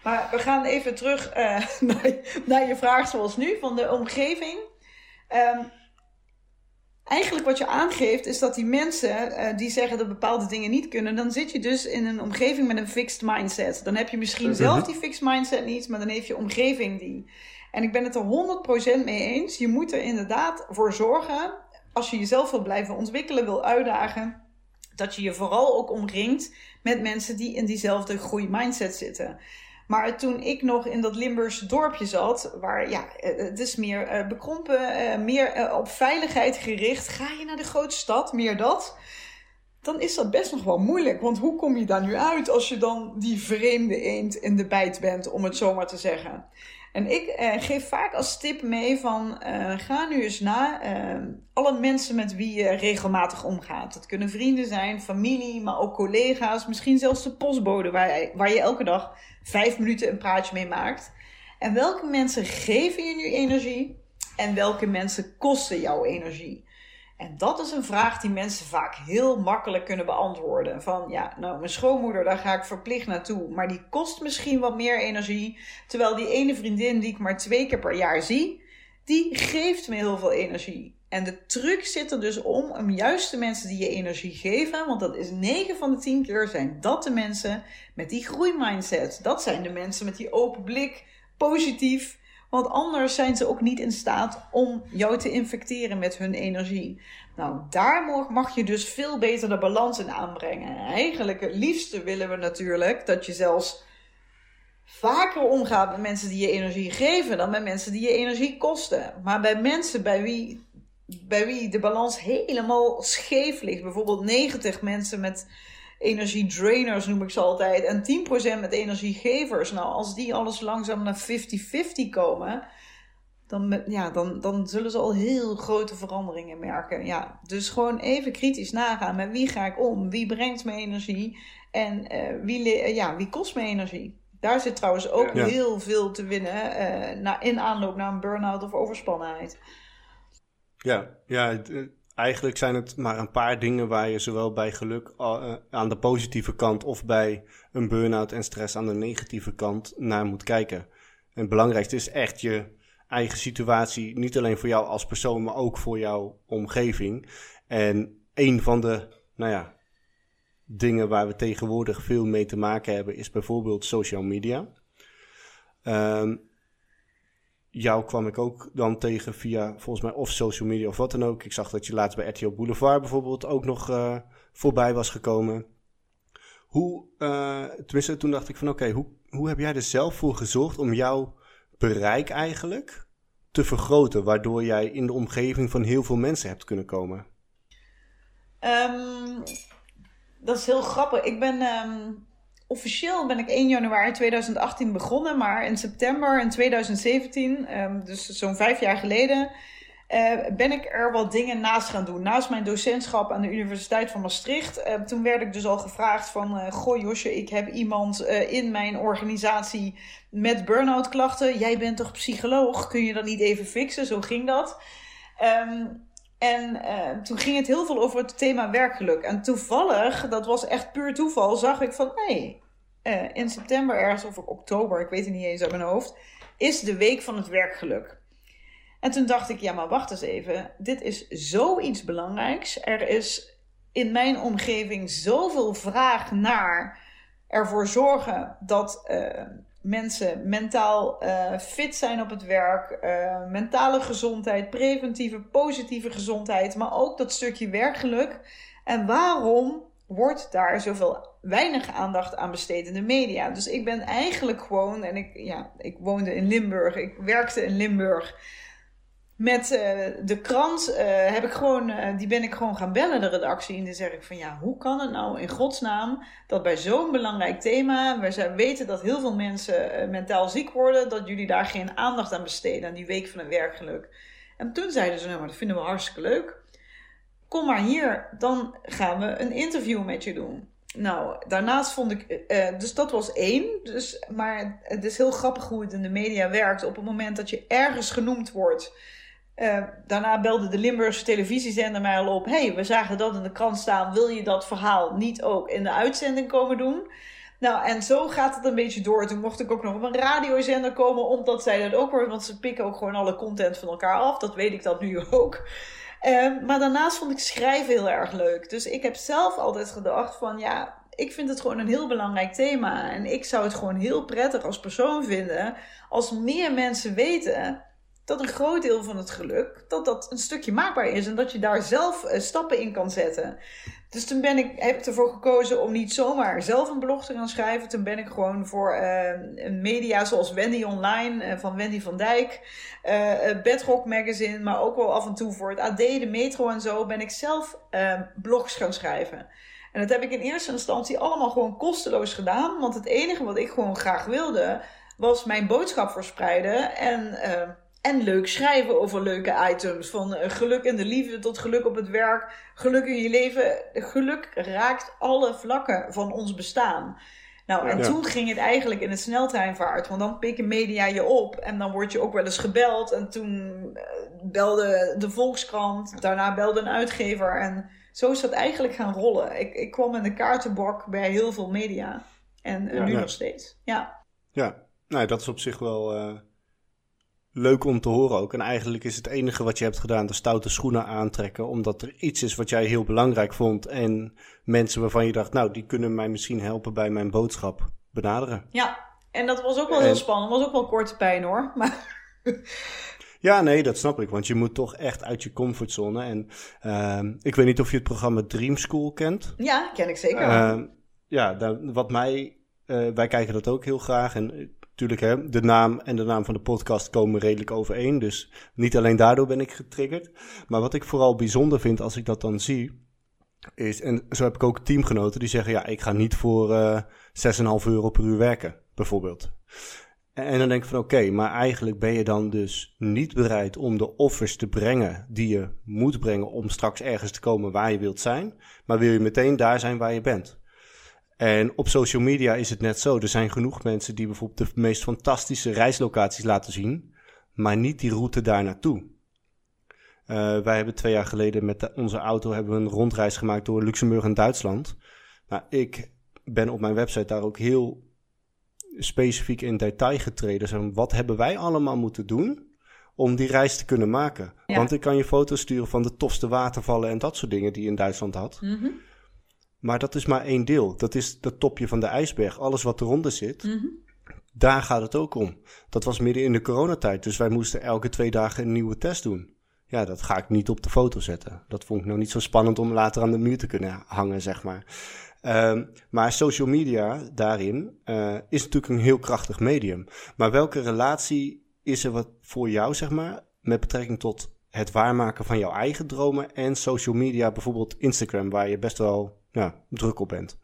Maar we gaan even terug uh, naar, naar je vraag zoals nu, van de omgeving. Um, eigenlijk wat je aangeeft is dat die mensen uh, die zeggen dat bepaalde dingen niet kunnen, dan zit je dus in een omgeving met een fixed mindset. Dan heb je misschien zelf die fixed mindset niet, maar dan heeft je omgeving die. En ik ben het er honderd procent mee eens. Je moet er inderdaad voor zorgen, als je jezelf wil blijven ontwikkelen, wil uitdagen, dat je je vooral ook omringt met mensen die in diezelfde groeimindset zitten. Maar toen ik nog in dat Limburgse dorpje zat, waar ja, het is meer uh, bekrompen, uh, meer uh, op veiligheid gericht. Ga je naar de grote stad, meer dat, dan is dat best nog wel moeilijk. Want hoe kom je daar nu uit als je dan die vreemde eend in de bijt bent, om het zo maar te zeggen. En ik uh, geef vaak als tip mee van, uh, ga nu eens na uh, alle mensen met wie je regelmatig omgaat. Dat kunnen vrienden zijn, familie, maar ook collega's, misschien zelfs de postbode waar je, waar je elke dag vijf minuten een praatje mee maakt. En welke mensen geven je nu energie en welke mensen kosten jouw energie? En dat is een vraag die mensen vaak heel makkelijk kunnen beantwoorden. Van ja, nou mijn schoonmoeder, daar ga ik verplicht naartoe. Maar die kost misschien wat meer energie. Terwijl die ene vriendin die ik maar twee keer per jaar zie, die geeft me heel veel energie. En de truc zit er dus om, om juist de mensen die je energie geven. Want dat is negen van de tien keer zijn dat de mensen met die groeimindset. Dat zijn de mensen met die open blik, positief. Want anders zijn ze ook niet in staat om jou te infecteren met hun energie. Nou, daar mag je dus veel beter de balans in aanbrengen. Eigenlijk het liefste willen we natuurlijk dat je zelfs vaker omgaat met mensen die je energie geven dan met mensen die je energie kosten. Maar bij mensen bij wie, bij wie de balans helemaal scheef ligt, bijvoorbeeld negentig mensen met energiedrainers noem ik ze altijd, en tien procent met energiegevers. Nou, als die alles langzaam naar vijftig vijftig komen, dan, ja, dan, dan zullen ze al heel grote veranderingen merken. Ja, dus gewoon even kritisch nagaan met wie ga ik om, wie brengt me energie en uh, wie, uh, ja, wie kost me energie. Daar zit trouwens ook ja. heel veel te winnen uh, na, in aanloop naar een burn-out of overspannenheid. Ja, ja het, eigenlijk zijn het maar een paar dingen waar je zowel bij geluk uh, aan de positieve kant of bij een burn-out en stress aan de negatieve kant naar moet kijken. En het belangrijkste is echt je eigen situatie, niet alleen voor jou als persoon, maar ook voor jouw omgeving. En een van de, nou ja, dingen waar we tegenwoordig veel mee te maken hebben is bijvoorbeeld social media. Um, jou kwam ik ook dan tegen via volgens mij of social media of wat dan ook. Ik zag dat je laatst bij R T L Boulevard bijvoorbeeld ook nog uh, voorbij was gekomen. Hoe, uh, tenminste toen dacht ik van oké, okay, hoe, hoe heb jij er zelf voor gezorgd om jouw bereik eigenlijk te vergroten, waardoor jij in de omgeving van heel veel mensen hebt kunnen komen? Um, dat is heel grappig. Ik ben um, officieel ben ik één januari tweeduizend achttien begonnen, maar in september in tweeduizend zeventien, um, dus zo'n vijf jaar geleden, uh, ben ik er wat dingen naast gaan doen. Naast mijn docentschap aan de Universiteit van Maastricht. Uh, toen werd ik dus al gevraagd van, uh, goh Josje, ik heb iemand uh, in mijn organisatie met burn-out klachten. Jij bent toch psycholoog? Kun je dat niet even fixen? Zo ging dat. Um, En uh, toen ging het heel veel over het thema werkgeluk. En toevallig, dat was echt puur toeval, zag ik van, hé, hey, uh, in september ergens of oktober, ik weet het niet eens uit mijn hoofd, is de week van het werkgeluk. En toen dacht ik, ja, maar wacht eens even, dit is zoiets belangrijks. Er is in mijn omgeving zoveel vraag naar ervoor zorgen dat uh, mensen mentaal uh, fit zijn op het werk, uh, mentale gezondheid, preventieve, positieve gezondheid, maar ook dat stukje werkgeluk. En waarom wordt daar zoveel weinig aandacht aan besteed in de media? Dus ik ben eigenlijk gewoon, en ik, ja, ik woonde in Limburg, ik werkte in Limburg. Met uh, de krant uh, heb ik gewoon, uh, die ben ik gewoon gaan bellen, de redactie. En dan zeg ik van ja, hoe kan het nou in godsnaam dat bij zo'n belangrijk thema, wij weten dat heel veel mensen uh, mentaal ziek worden, dat jullie daar geen aandacht aan besteden, aan die week van het werkgeluk. En toen zeiden ze, nou maar dat vinden we hartstikke leuk. Kom maar hier, dan gaan we een interview met je doen. Nou, daarnaast vond ik, uh, dus dat was één. Dus, maar het is heel grappig hoe het in de media werkt. Op het moment dat je ergens genoemd wordt. Uh, daarna belde de Limburgse televisiezender mij al op. Hé, hey, we zagen dat in de krant staan. Wil je dat verhaal niet ook in de uitzending komen doen? Nou, en zo gaat het een beetje door. Toen mocht ik ook nog op een radiozender komen, omdat zij dat ook hoort. Want ze pikken ook gewoon alle content van elkaar af. Dat weet ik dat nu ook. Um, maar daarnaast vond ik schrijven heel erg leuk. Dus ik heb zelf altijd gedacht van, ja, ik vind het gewoon een heel belangrijk thema. En ik zou het gewoon heel prettig als persoon vinden als meer mensen weten dat een groot deel van het geluk, dat dat een stukje maakbaar is en dat je daar zelf uh, stappen in kan zetten. Dus toen ben ik, heb ik ervoor gekozen om niet zomaar zelf een blog te gaan schrijven. Toen ben ik gewoon voor uh, media zoals Wendy Online uh, van Wendy van Dijk, uh, Bedrock Magazine, maar ook wel af en toe voor het A D, de Metro en zo, ben ik zelf uh, blogs gaan schrijven. En dat heb ik in eerste instantie allemaal gewoon kosteloos gedaan, want het enige wat ik gewoon graag wilde was mijn boodschap verspreiden en uh, En leuk schrijven over leuke items. Van uh, geluk in de liefde tot geluk op het werk. Geluk in je leven. Geluk raakt alle vlakken van ons bestaan. Nou, en ja. toen ging het eigenlijk in het sneltreinvaart. Want dan pikken media je op. En dan word je ook wel eens gebeld. En toen uh, belde de Volkskrant. Daarna belde een uitgever. En zo is dat eigenlijk gaan rollen. Ik, ik kwam in de kaartenbak bij heel veel media. En uh, ja, nu ja. nog steeds. Ja, ja. Nou, dat is op zich wel... Uh... leuk om te horen ook. En eigenlijk is het enige wat je hebt gedaan de stoute schoenen aantrekken. Omdat er iets is wat jij heel belangrijk vond. En mensen waarvan je dacht, nou, die kunnen mij misschien helpen bij mijn boodschap benaderen. Ja, en dat was ook wel en... heel spannend. Dat was ook wel korte pijn hoor. Maar... Ja, nee, dat snap ik. Want je moet toch echt uit je comfortzone. En uh, ik weet niet of je het programma Dream School kent. Ja, ken ik zeker. Uh, ja, nou, wat mij... Uh, wij kijken dat ook heel graag. En... Tuurlijk, hè, de naam en de naam van de podcast komen redelijk overeen. Dus niet alleen daardoor ben ik getriggerd. Maar wat ik vooral bijzonder vind als ik dat dan zie, is... En zo heb ik ook teamgenoten die zeggen... ja, ik ga niet voor uh, zes komma vijf euro per uur werken, bijvoorbeeld. En, en dan denk ik van oké, okay, maar eigenlijk ben je dan dus niet bereid om de offers te brengen die je moet brengen om straks ergens te komen waar je wilt zijn. Maar wil je meteen daar zijn waar je bent. En op social media is het net zo. Er zijn genoeg mensen die bijvoorbeeld de meest fantastische reislocaties laten zien, maar niet die route daar naartoe. Uh, wij hebben twee jaar geleden met de, onze auto hebben we een rondreis gemaakt door Luxemburg en Duitsland. Nou, ik ben op mijn website daar ook heel specifiek in detail getreden. Dus wat hebben wij allemaal moeten doen om die reis te kunnen maken? Ja. Want ik kan je foto's sturen van de tofste watervallen en dat soort dingen die je in Duitsland had. Mm-hmm. Maar dat is maar één deel. Dat is dat topje van de ijsberg. Alles wat eronder zit, mm-hmm. daar gaat het ook om. Dat was midden in de coronatijd. Dus wij moesten elke twee dagen een nieuwe test doen. Ja, dat ga ik niet op de foto zetten. Dat vond ik nou niet zo spannend om later aan de muur te kunnen hangen, zeg maar. Um, maar social media daarin uh, is natuurlijk een heel krachtig medium. Maar welke relatie is er wat voor jou, zeg maar, met betrekking tot het waarmaken van jouw eigen dromen en social media, bijvoorbeeld Instagram, waar je best wel ja, druk op bent?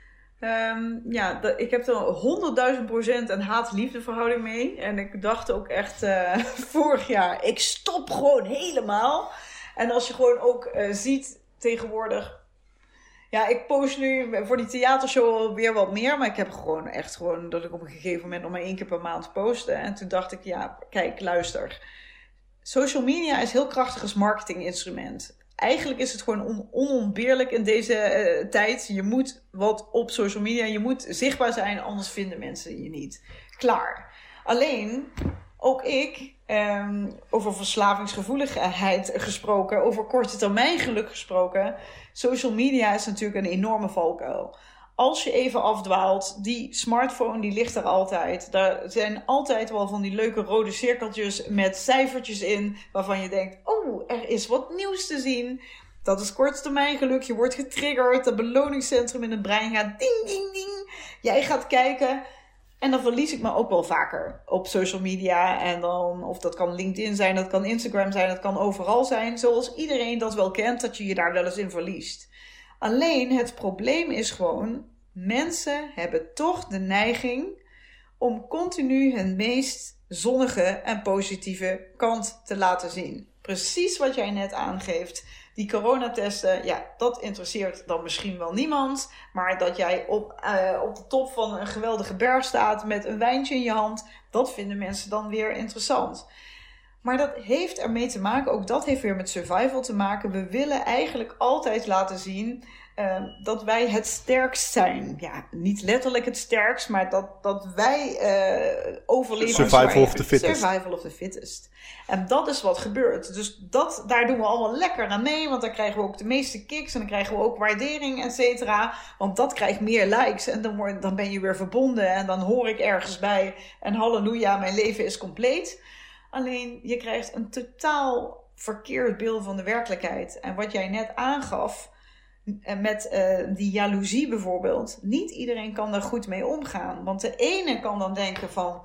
Um, ja, de, ik heb er honderdduizend procent een haat-liefde verhouding mee. En ik dacht ook echt uh, vorig jaar, ik stop gewoon helemaal. En als je gewoon ook uh, ziet tegenwoordig... Ja, ik post nu voor die theatershow weer wat meer. Maar ik heb gewoon echt gewoon dat ik op een gegeven moment nog maar één keer per maand postte. En toen dacht ik, ja, kijk, luister. Social media is heel krachtig als marketinginstrument. Eigenlijk is het gewoon on- onontbeerlijk in deze uh, tijd. Je moet wat op social media, je moet zichtbaar zijn, anders vinden mensen je niet. Klaar. Alleen, ook ik, um, over verslavingsgevoeligheid gesproken, over korte termijn geluk gesproken. Social media is natuurlijk een enorme valkuil. Als je even afdwaalt, die smartphone die ligt er altijd. Daar zijn altijd wel van die leuke rode cirkeltjes met cijfertjes in, waarvan je denkt, oh, er is wat nieuws te zien. Dat is korttermijn geluk, je wordt getriggerd, het beloningscentrum in het brein gaat ding, ding, ding. Jij gaat kijken en dan verlies ik me ook wel vaker op social media. En dan, of dat kan LinkedIn zijn, dat kan Instagram zijn, dat kan overal zijn. Zoals iedereen dat wel kent, dat je je daar wel eens in verliest. Alleen het probleem is gewoon, mensen hebben toch de neiging om continu hun meest zonnige en positieve kant te laten zien. Precies wat jij net aangeeft. Die coronatesten, ja, dat interesseert dan misschien wel niemand. Maar dat jij op, uh, op de top van een geweldige berg staat met een wijntje in je hand, dat vinden mensen dan weer interessant. Maar dat heeft ermee te maken, ook dat heeft weer met survival te maken. We willen eigenlijk altijd laten zien Uh, dat wij het sterkst zijn. Ja, niet letterlijk het sterkst, maar dat, dat wij uh, overleven. Survival of the fittest. Survival of the fittest. En dat is wat gebeurt. Dus dat, daar doen we allemaal lekker aan mee, want dan krijgen we ook de meeste kicks en dan krijgen we ook waardering, et cetera. Want dat krijgt meer likes en dan, word, dan ben je weer verbonden en dan hoor ik ergens bij en halleluja, mijn leven is compleet. Alleen, je krijgt een totaal verkeerd beeld van de werkelijkheid. En wat jij net aangaf, met uh, die jaloezie bijvoorbeeld. Niet iedereen kan daar goed mee omgaan. Want de ene kan dan denken van,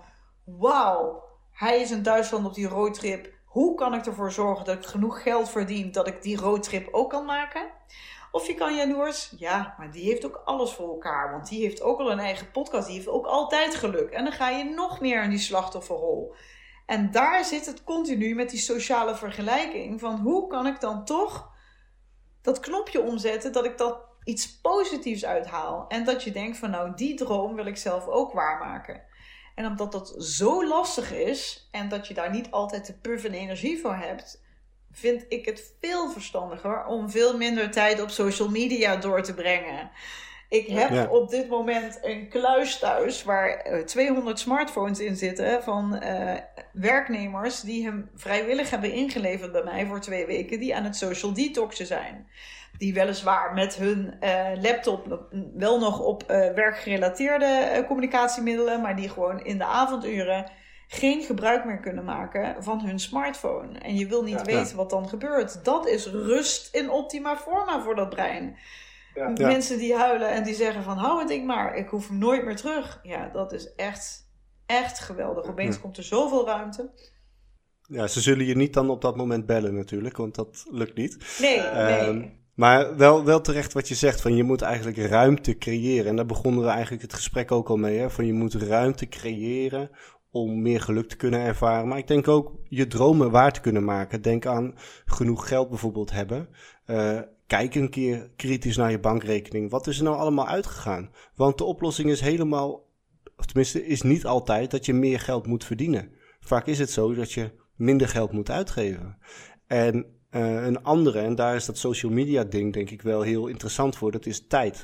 wauw, hij is in Duitsland op die roadtrip. Hoe kan ik ervoor zorgen dat ik genoeg geld verdien dat ik die roadtrip ook kan maken? Of je kan jaloers, ja, maar die heeft ook alles voor elkaar. Want die heeft ook al een eigen podcast. Die heeft ook altijd geluk. En dan ga je nog meer in die slachtofferrol. En daar zit het continu met die sociale vergelijking. Van hoe kan ik dan toch dat knopje omzetten, dat ik dat iets positiefs uithaal. En dat je denkt van nou, die droom wil ik zelf ook waarmaken. En omdat dat zo lastig is en dat je daar niet altijd de puff en energie voor hebt, vind ik het veel verstandiger om veel minder tijd op social media door te brengen. Ik heb ja. op dit moment een kluis thuis waar uh, tweehonderd smartphones in zitten van uh, werknemers die hem vrijwillig hebben ingeleverd bij mij voor twee weken, die aan het social detoxen zijn. Die weliswaar met hun uh, laptop wel nog op uh, werkgerelateerde uh, communicatiemiddelen, maar die gewoon in de avonduren geen gebruik meer kunnen maken van hun smartphone. En je wil niet ja, weten ja. wat dan gebeurt. Dat is rust in optima forma voor dat brein. Ja. Mensen die huilen en die zeggen van hou het ding maar, ik hoef hem nooit meer terug. Ja, dat is echt, echt geweldig. Opeens ja. komt er zoveel ruimte. Ja, ze zullen je niet dan op dat moment bellen natuurlijk, want dat lukt niet. Nee, um, nee. Maar wel, wel terecht wat je zegt, van je moet eigenlijk ruimte creëren. En daar begonnen we eigenlijk het gesprek ook al mee, hè? Van je moet ruimte creëren om meer geluk te kunnen ervaren. Maar ik denk ook je dromen waar te kunnen maken. Denk aan genoeg geld bijvoorbeeld hebben. Uh, Kijk een keer kritisch naar je bankrekening. Wat is er nou allemaal uitgegaan? Want de oplossing is helemaal, of tenminste is niet altijd dat je meer geld moet verdienen. Vaak is het zo dat je minder geld moet uitgeven. En uh, een andere, en daar is dat social media ding denk ik wel heel interessant voor, dat is tijd.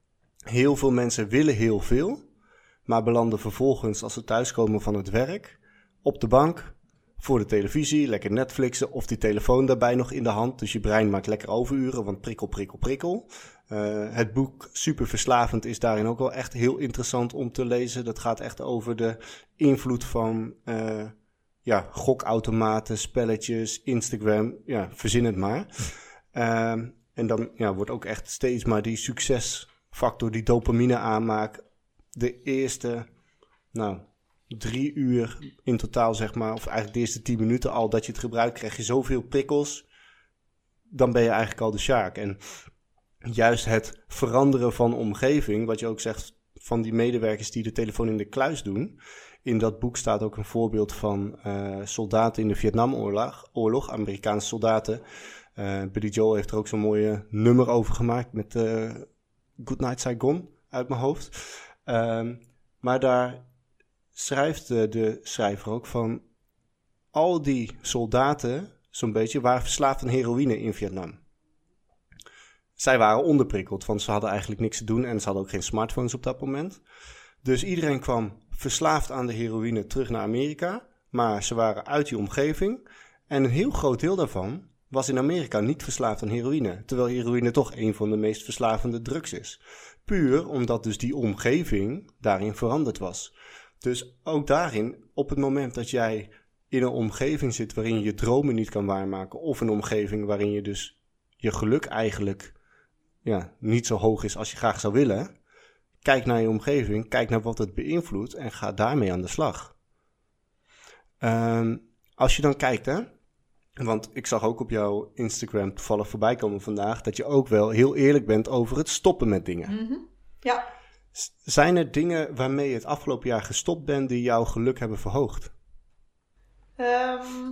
Heel veel mensen willen heel veel, maar belanden vervolgens als ze thuiskomen van het werk op de bank, voor de televisie, lekker Netflixen of die telefoon daarbij nog in de hand. Dus je brein maakt lekker overuren, want prikkel, prikkel, prikkel. Uh, het boek Super Verslavend is daarin ook wel echt heel interessant om te lezen. Dat gaat echt over de invloed van uh, ja, gokautomaten, spelletjes, Instagram. Ja, verzin het maar. Uh, en dan ja, wordt ook echt steeds maar die succesfactor, die dopamine aanmaak. De eerste, nou... drie uur in totaal, zeg maar, of eigenlijk de eerste tien minuten al dat je het gebruikt, krijg je zoveel prikkels, dan ben je eigenlijk al de sjaak. En juist het veranderen van omgeving, wat je ook zegt van die medewerkers die de telefoon in de kluis doen. In dat boek staat ook een voorbeeld van uh, soldaten in de Vietnamoorlog, oorlog, Amerikaanse soldaten. Uh, Billy Joel heeft er ook zo'n mooie nummer over gemaakt met uh, Goodnight Saigon uit mijn hoofd. Uh, maar daar schrijft de, de schrijver ook van al die soldaten zo'n beetje waren verslaafd aan heroïne in Vietnam. Zij waren onderprikkeld, want ze hadden eigenlijk niks te doen en ze hadden ook geen smartphones op dat moment. Dus iedereen kwam verslaafd aan de heroïne terug naar Amerika, maar ze waren uit die omgeving. En een heel groot deel daarvan was in Amerika niet verslaafd aan heroïne, terwijl heroïne toch een van de meest verslavende drugs is. Puur omdat dus die omgeving daarin veranderd was. Dus ook daarin, op het moment dat jij in een omgeving zit waarin je je dromen niet kan waarmaken, of een omgeving waarin je dus je geluk eigenlijk ja, niet zo hoog is als je graag zou willen, kijk naar je omgeving, kijk naar wat het beïnvloedt en ga daarmee aan de slag. Um, als je dan kijkt, hè, want ik zag ook op jouw Instagram toevallig voorbij komen vandaag, dat je ook wel heel eerlijk bent over het stoppen met dingen. Mm-hmm. Ja. Zijn er dingen waarmee je het afgelopen jaar gestopt bent die jouw geluk hebben verhoogd? Um,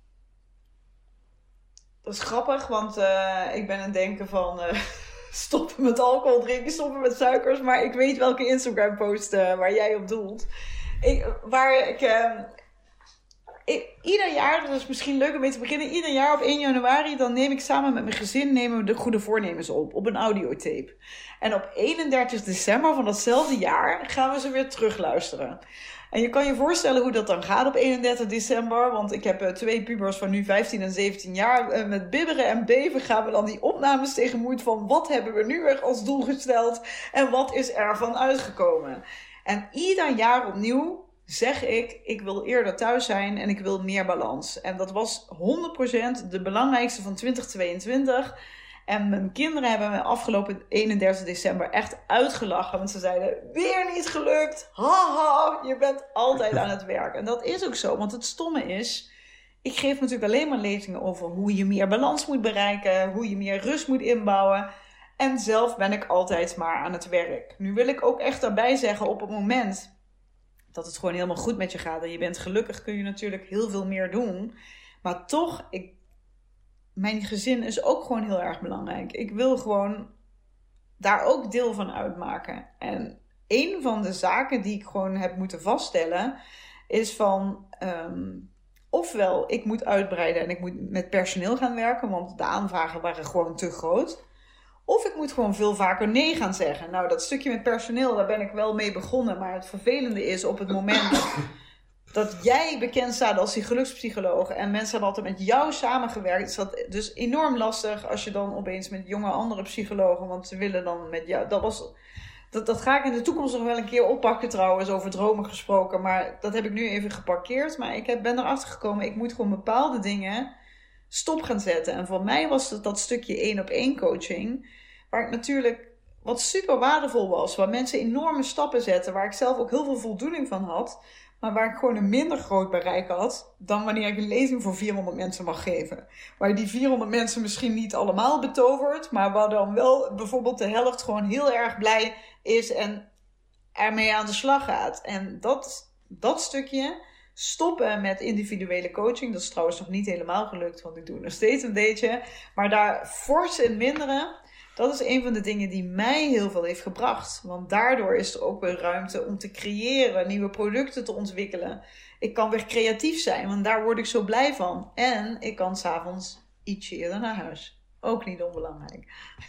dat is grappig, want uh, ik ben aan het denken van uh, stoppen met alcohol drinken, stoppen met suikers. Maar ik weet welke Instagram post uh, waar jij op doelt. Ik, waar ik... Uh, ik, ieder jaar, dat is misschien leuk om mee te beginnen, ieder jaar op één januari, dan neem ik samen met mijn gezin nemen we de goede voornemens op, op een audiotape. En op eenendertig december van datzelfde jaar gaan we ze weer terugluisteren. En je kan je voorstellen hoe dat dan gaat op eenendertig december. Want ik heb uh, twee pubers van nu vijftien en zeventien jaar. Uh, met bibberen en beven gaan we dan die opnames tegemoet van wat hebben we nu weer als doel gesteld. En wat is er van uitgekomen. En ieder jaar opnieuw zeg ik, ik wil eerder thuis zijn en ik wil meer balans. En dat was honderd procent de belangrijkste van twintig tweeëntwintig. En mijn kinderen hebben me afgelopen eenendertig december echt uitgelachen. Want ze zeiden, weer niet gelukt. Haha, je bent altijd aan het werk. En dat is ook zo. Want het stomme is, ik geef natuurlijk alleen maar lezingen over hoe je meer balans moet bereiken. Hoe je meer rust moet inbouwen. En zelf ben ik altijd maar aan het werk. Nu wil ik ook echt daarbij zeggen, op het moment dat het gewoon helemaal goed met je gaat. En je bent gelukkig, kun je natuurlijk heel veel meer doen. Maar toch, ik... mijn gezin is ook gewoon heel erg belangrijk. Ik wil gewoon daar ook deel van uitmaken. En een van de zaken die ik gewoon heb moeten vaststellen is van Um, ofwel ik moet uitbreiden en ik moet met personeel gaan werken, want de aanvragen waren gewoon te groot. Of ik moet gewoon veel vaker nee gaan zeggen. Nou, dat stukje met personeel, daar ben ik wel mee begonnen. Maar het vervelende is op het moment dat jij bekend staat als die gelukspsycholoog en mensen hebben altijd met jou samengewerkt, is dat dus enorm lastig als je dan opeens met jonge andere psychologen, want ze willen dan met jou, dat was, dat, dat ga ik in de toekomst nog wel een keer oppakken trouwens, over dromen gesproken, maar dat heb ik nu even geparkeerd, maar ik heb, ben erachter gekomen, ik moet gewoon bepaalde dingen stop gaan zetten. En voor mij was het dat stukje één op één coaching, waar ik natuurlijk, wat super waardevol was, waar mensen enorme stappen zetten, waar ik zelf ook heel veel voldoening van had, maar waar ik gewoon een minder groot bereik had dan wanneer ik een lezing voor vierhonderd mensen mag geven. Waar je die vierhonderd mensen misschien niet allemaal betovert, maar waar dan wel bijvoorbeeld de helft gewoon heel erg blij is en ermee aan de slag gaat. En dat, dat stukje, stoppen met individuele coaching, dat is trouwens nog niet helemaal gelukt, want ik doe nog steeds een beetje, maar daar fors in minderen, dat is een van de dingen die mij heel veel heeft gebracht. Want daardoor is er ook weer ruimte om te creëren, nieuwe producten te ontwikkelen. Ik kan weer creatief zijn, want daar word ik zo blij van. En ik kan 's avonds ietsje eerder naar huis. Ook niet onbelangrijk.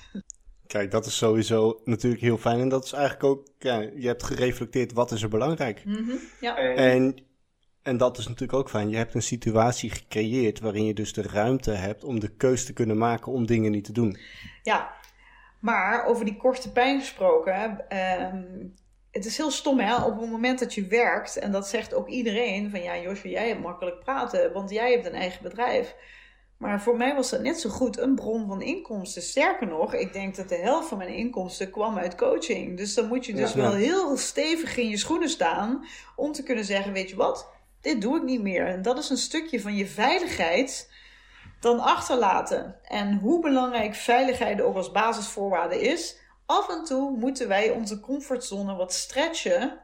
Kijk, dat is sowieso natuurlijk heel fijn. En dat is eigenlijk ook, ja, je hebt gereflecteerd wat is er belangrijk. Mm-hmm, ja. En, en dat is natuurlijk ook fijn. Je hebt een situatie gecreëerd waarin je dus de ruimte hebt om de keus te kunnen maken om dingen niet te doen. Ja. Maar over die korte pijn gesproken, um, het is heel stom hè, op het moment dat je werkt, en dat zegt ook iedereen, van ja Josje, jij hebt makkelijk praten, want jij hebt een eigen bedrijf. Maar voor mij was dat net zo goed een bron van inkomsten. Sterker nog, ik denk dat de helft van mijn inkomsten kwam uit coaching. Dus dan moet je dus ja, wel ja. heel stevig in je schoenen staan om te kunnen zeggen, weet je wat, dit doe ik niet meer. En dat is een stukje van je veiligheid dan achterlaten. En hoe belangrijk veiligheid ook als basisvoorwaarde is, af en toe moeten wij onze comfortzone wat stretchen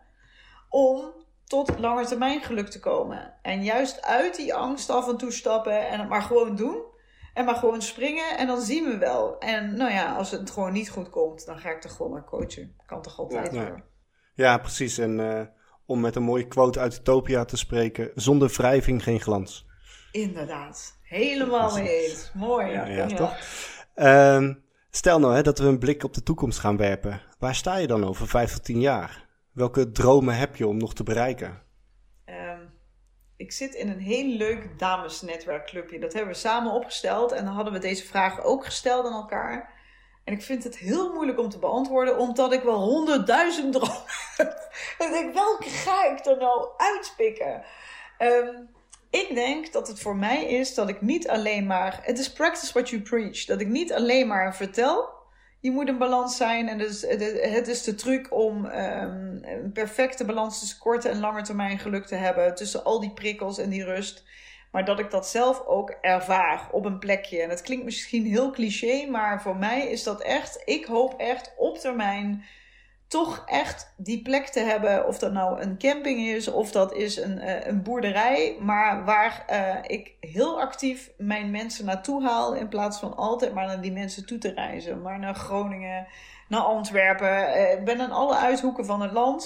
om tot langetermijn geluk te komen. En juist uit die angst af en toe stappen en het maar gewoon doen. En maar gewoon springen en dan zien we wel. En nou ja, als het gewoon niet goed komt, dan ga ik toch gewoon maar coachen. Kan toch altijd ja, weer. Ja, precies. En uh, om met een mooie quote uit Utopia te spreken, zonder wrijving geen glans. Inderdaad. Helemaal mee eens. Mooi. Ja, ja, ja. Toch? Um, stel nou hè, dat we een blik op de toekomst gaan werpen. Waar sta je dan over vijf tot tien jaar? Welke dromen heb je om nog te bereiken? Um, ik zit in een heel leuk damesnetwerkclubje. Dat hebben we samen opgesteld. En dan hadden we deze vragen ook gesteld aan elkaar. En ik vind het heel moeilijk om te beantwoorden, omdat ik wel honderdduizend dromen heb. En ik denk, welke ga ik er nou uitpikken? Um, Ik denk dat het voor mij is dat ik niet alleen maar, het is practice what you preach, dat ik niet alleen maar vertel, je moet een balans zijn en dus, het is de truc om um, een perfecte balans tussen korte en lange termijn geluk te hebben, tussen al die prikkels en die rust, maar dat ik dat zelf ook ervaar op een plekje. En het klinkt misschien heel cliché, maar voor mij is dat echt, ik hoop echt op termijn toch echt die plek te hebben, of dat nou een camping is, of dat is een, uh, een boerderij, maar waar uh, ik heel actief mijn mensen naartoe haal, in plaats van altijd maar naar die mensen toe te reizen. Maar naar Groningen, naar Antwerpen, uh, ik ben in alle uithoeken van het land,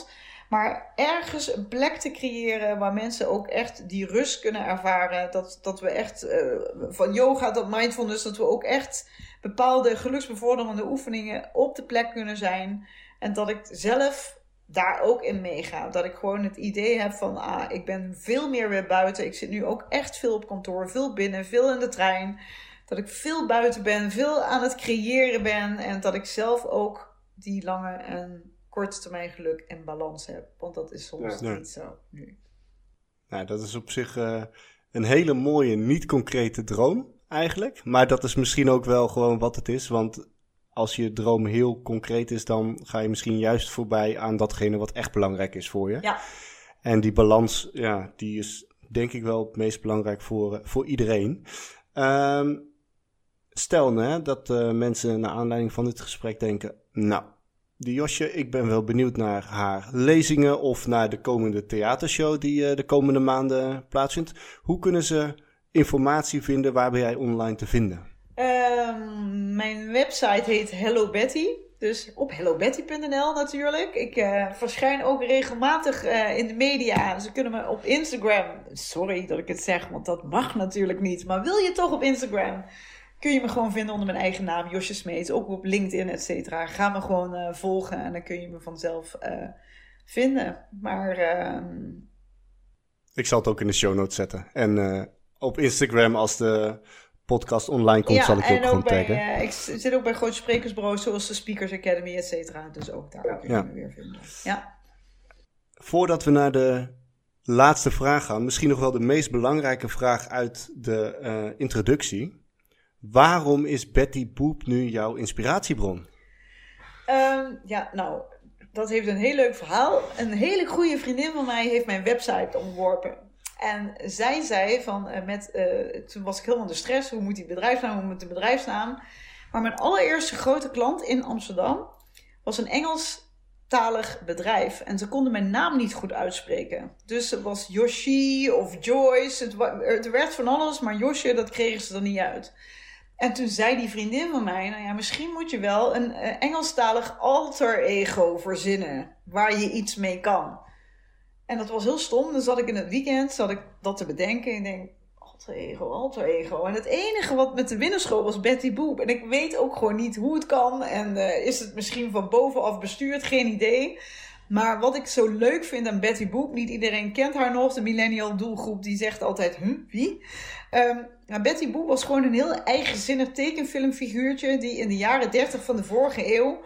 Maar ergens een plek te creëren waar mensen ook echt die rust kunnen ervaren. Dat, dat we echt uh, van yoga tot mindfulness, dat we ook echt bepaalde geluksbevorderende oefeningen op de plek kunnen zijn. En dat ik zelf daar ook in meega. Dat ik gewoon het idee heb van, ah, ik ben veel meer weer buiten. Ik zit nu ook echt veel op kantoor, veel binnen, veel in de trein. Dat ik veel buiten ben, veel aan het creëren ben. En dat ik zelf ook die lange en korte termijn geluk en balans heb. Want dat is soms ja. niet zo nu. Nou, dat is op zich uh, een hele mooie, niet concrete droom eigenlijk. Maar dat is misschien ook wel gewoon wat het is. Want als je droom heel concreet is, dan ga je misschien juist voorbij aan datgene wat echt belangrijk is voor je. Ja. En die balans, ja, die is denk ik wel het meest belangrijk voor, uh, voor iedereen. Um, stel né, dat uh, mensen naar aanleiding van dit gesprek denken, nou, die Josje, ik ben wel benieuwd naar haar lezingen of naar de komende theatershow die uh, de komende maanden plaatsvindt. Hoe kunnen ze informatie vinden? Waar ben jij online te vinden? Um, mijn website heet Hello Betty. Dus op hello betty punt n l natuurlijk. Ik uh, verschijn ook regelmatig uh, in de media. Ze kunnen me op Instagram... Sorry dat ik het zeg, want dat mag natuurlijk niet. Maar wil je toch op Instagram... kun je me gewoon vinden onder mijn eigen naam, Josje Smeets. Ook op LinkedIn, et cetera. Ga me gewoon uh, volgen en dan kun je me vanzelf uh, vinden. Maar... Uh... Ik zal het ook in de show notes zetten. En uh, op Instagram als de podcast online komt, ja, zal ik je ook gewoon bij, taggen. Uh, ik zit ook bij grote sprekersbureaus zoals de Speakers Academy, et cetera. Dus ook daar kun je ja. me weer vinden. Ja. Voordat we naar de laatste vraag gaan, misschien nog wel de meest belangrijke vraag uit de uh, introductie. Waarom is Betty Boop nu jouw inspiratiebron? Um, ja, nou, dat heeft een heel leuk verhaal. Een hele goede vriendin van mij heeft mijn website ontworpen. En zij zei van, uh, met, uh, toen was ik helemaal in de stress. Hoe moet die bedrijfsnaam, hoe moet de bedrijfsnaam? Maar mijn allereerste grote klant in Amsterdam was een Engelstalig bedrijf. En ze konden mijn naam niet goed uitspreken. Dus het was Yoshi of Joyce. Het, het werd van alles, maar Josje, dat kregen ze er niet uit. En toen zei die vriendin van mij, nou ja, misschien moet je wel een uh, Engelstalig alter ego verzinnen, waar je iets mee kan. En dat was heel stom. Dan zat ik in het weekend, zat ik dat te bedenken en ik denk, alter ego, alter ego. En het enige wat met de winnerschool was Betty Boop. En ik weet ook gewoon niet hoe het kan. En uh, is het misschien van bovenaf bestuurd, geen idee. Maar wat ik zo leuk vind aan Betty Boop, niet iedereen kent haar nog, de millennial doelgroep, die zegt altijd, huh, wie? Um, nou, Betty Boop was gewoon een heel eigenzinnig tekenfilmfiguurtje die in de jaren dertig van de vorige eeuw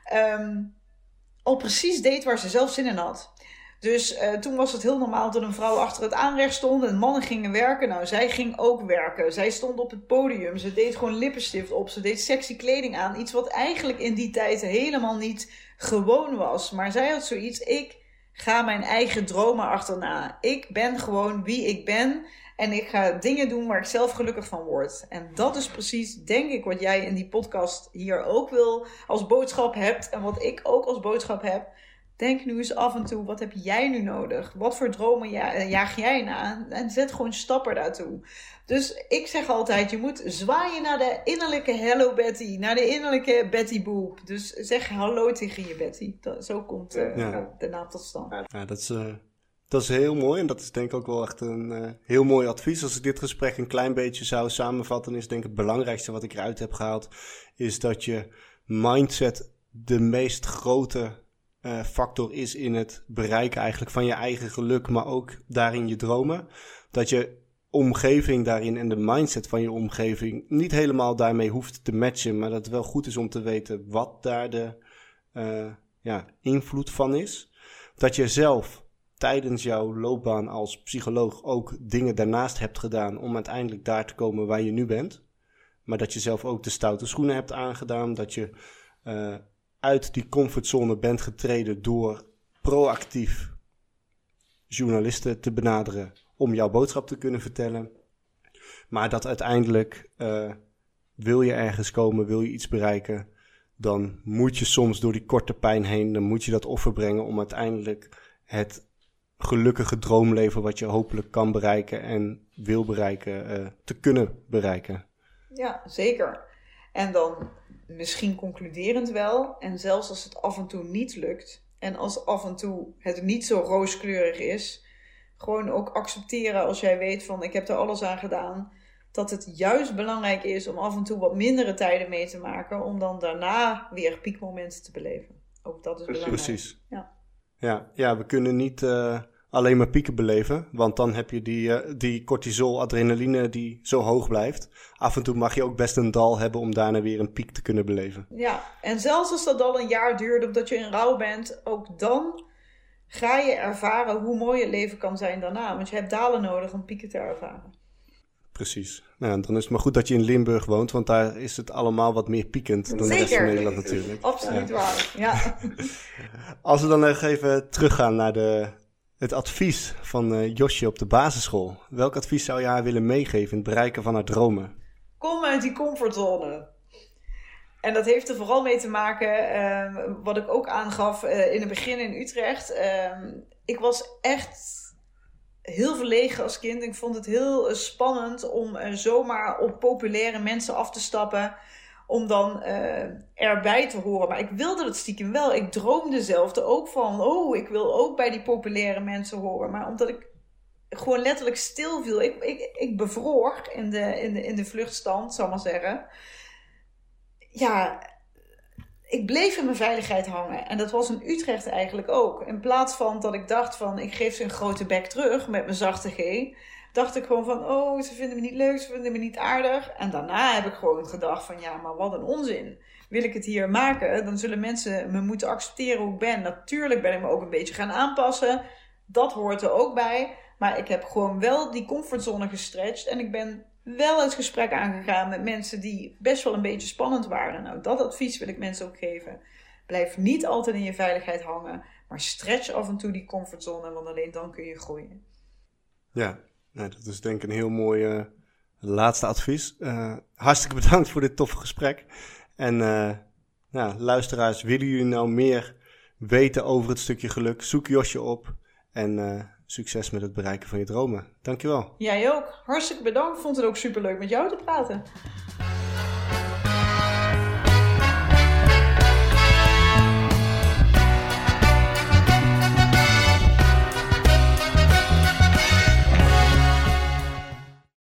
um, al precies deed waar ze zelf zin in had. Dus uh, toen was het heel normaal dat een vrouw achter het aanrecht stond en mannen gingen werken. Nou, zij ging ook werken. Zij stond op het podium. Ze deed gewoon lippenstift op. Ze deed sexy kleding aan. Iets wat eigenlijk in die tijd helemaal niet gewoon was. Maar zij had zoiets, ik ga mijn eigen dromen achterna. Ik ben gewoon wie ik ben. En ik ga dingen doen waar ik zelf gelukkig van word. En dat is precies, denk ik, wat jij in die podcast hier ook wil als boodschap hebt. En wat ik ook als boodschap heb. Denk nu eens af en toe, wat heb jij nu nodig? Wat voor dromen ja, jaag jij na? En zet gewoon stappen daartoe. Dus ik zeg altijd, je moet zwaaien naar de innerlijke Hello Betty. Naar de innerlijke Betty Boop. Dus zeg hallo tegen je Betty. Dat, zo komt uh, ja. de naam tot stand. Ja, dat is, uh, dat is heel mooi. En dat is denk ik ook wel echt een uh, heel mooi advies. Als ik dit gesprek een klein beetje zou samenvatten, is denk ik het belangrijkste wat ik eruit heb gehaald, is dat je mindset de meest grote Uh, factor is in het bereiken eigenlijk van je eigen geluk, maar ook daarin je dromen. Dat je omgeving daarin en de mindset van je omgeving niet helemaal daarmee hoeft te matchen, maar dat het wel goed is om te weten wat daar de uh, ja, invloed van is. Dat je zelf tijdens jouw loopbaan als psycholoog ook dingen daarnaast hebt gedaan om uiteindelijk daar te komen waar je nu bent. Maar dat je zelf ook de stoute schoenen hebt aangedaan, dat je uh, uit die comfortzone bent getreden door proactief journalisten te benaderen om jouw boodschap te kunnen vertellen. Maar dat uiteindelijk uh, wil je ergens komen, wil je iets bereiken, dan moet je soms door die korte pijn heen, dan moet je dat offer brengen om uiteindelijk het gelukkige droomleven wat je hopelijk kan bereiken en wil bereiken, uh, te kunnen bereiken. Ja, zeker. En dan misschien concluderend wel, en zelfs als het af en toe niet lukt, En als af en toe het niet zo rooskleurig is, gewoon ook accepteren als jij weet van ik heb er alles aan gedaan. Dat het juist belangrijk is om af en toe wat mindere tijden mee te maken. Om dan daarna weer piekmomenten te beleven. Ook dat is belangrijk. Precies. Ja, ja, ja we kunnen niet uh, alleen maar pieken beleven. Want dan heb je die, uh, die cortisol, adrenaline die zo hoog blijft. Af en toe mag je ook best een dal hebben om daarna weer een piek te kunnen beleven. Ja, en zelfs als dat al een jaar duurt omdat je in rouw bent. Ook dan ga je ervaren hoe mooi het leven kan zijn daarna. Want je hebt dalen nodig om pieken te ervaren. Precies. Nou, dan is het maar goed dat je in Limburg woont, want daar is het allemaal wat meer piekend dan Zeker. de rest van Nederland natuurlijk. Absoluut ja. waar, ja. Als we dan nog even teruggaan naar de, het advies van uh, Josje op de basisschool. Welk advies zou je haar willen meegeven in het bereiken van haar dromen? Kom uit die comfortzone. En dat heeft er vooral mee te maken, uh, wat ik ook aangaf uh, in het begin in Utrecht. Uh, ik was echt heel verlegen als kind. Ik vond het heel uh, spannend om uh, zomaar op populaire mensen af te stappen. Om dan uh, erbij te horen. Maar ik wilde dat stiekem wel. Ik droomde zelf er ook van. Oh, ik wil ook bij die populaire mensen horen. Maar omdat ik gewoon letterlijk stil viel. Ik, ik, ik bevroor in de, in, de, in de vluchtstand, zal ik maar zeggen. Ja, ik bleef in mijn veiligheid hangen. En dat was in Utrecht eigenlijk ook. In plaats van dat ik dacht van, ik geef ze een grote bek terug met mijn zachte G. Dacht ik gewoon van, oh, ze vinden me niet leuk, ze vinden me niet aardig. En daarna heb ik gewoon gedacht van, ja, maar wat een onzin. Wil ik het hier maken, dan zullen mensen me moeten accepteren hoe ik ben. Natuurlijk ben ik me ook een beetje gaan aanpassen. Dat hoort er ook bij. Maar ik heb gewoon wel die comfortzone gestretched. En ik ben wel het gesprek aangegaan met mensen die best wel een beetje spannend waren. Nou, dat advies wil ik mensen ook geven. Blijf niet altijd in je veiligheid hangen. Maar stretch af en toe die comfortzone, want alleen dan kun je groeien. Ja, nou, dat is denk ik een heel mooi uh, laatste advies. Uh, hartstikke bedankt voor dit toffe gesprek. En uh, nou, luisteraars, willen jullie nou meer weten over het stukje geluk? Zoek Josje op en uh, succes met het bereiken van je dromen. Dankjewel. Jij ook. Hartstikke bedankt. Vond het ook superleuk met jou te praten.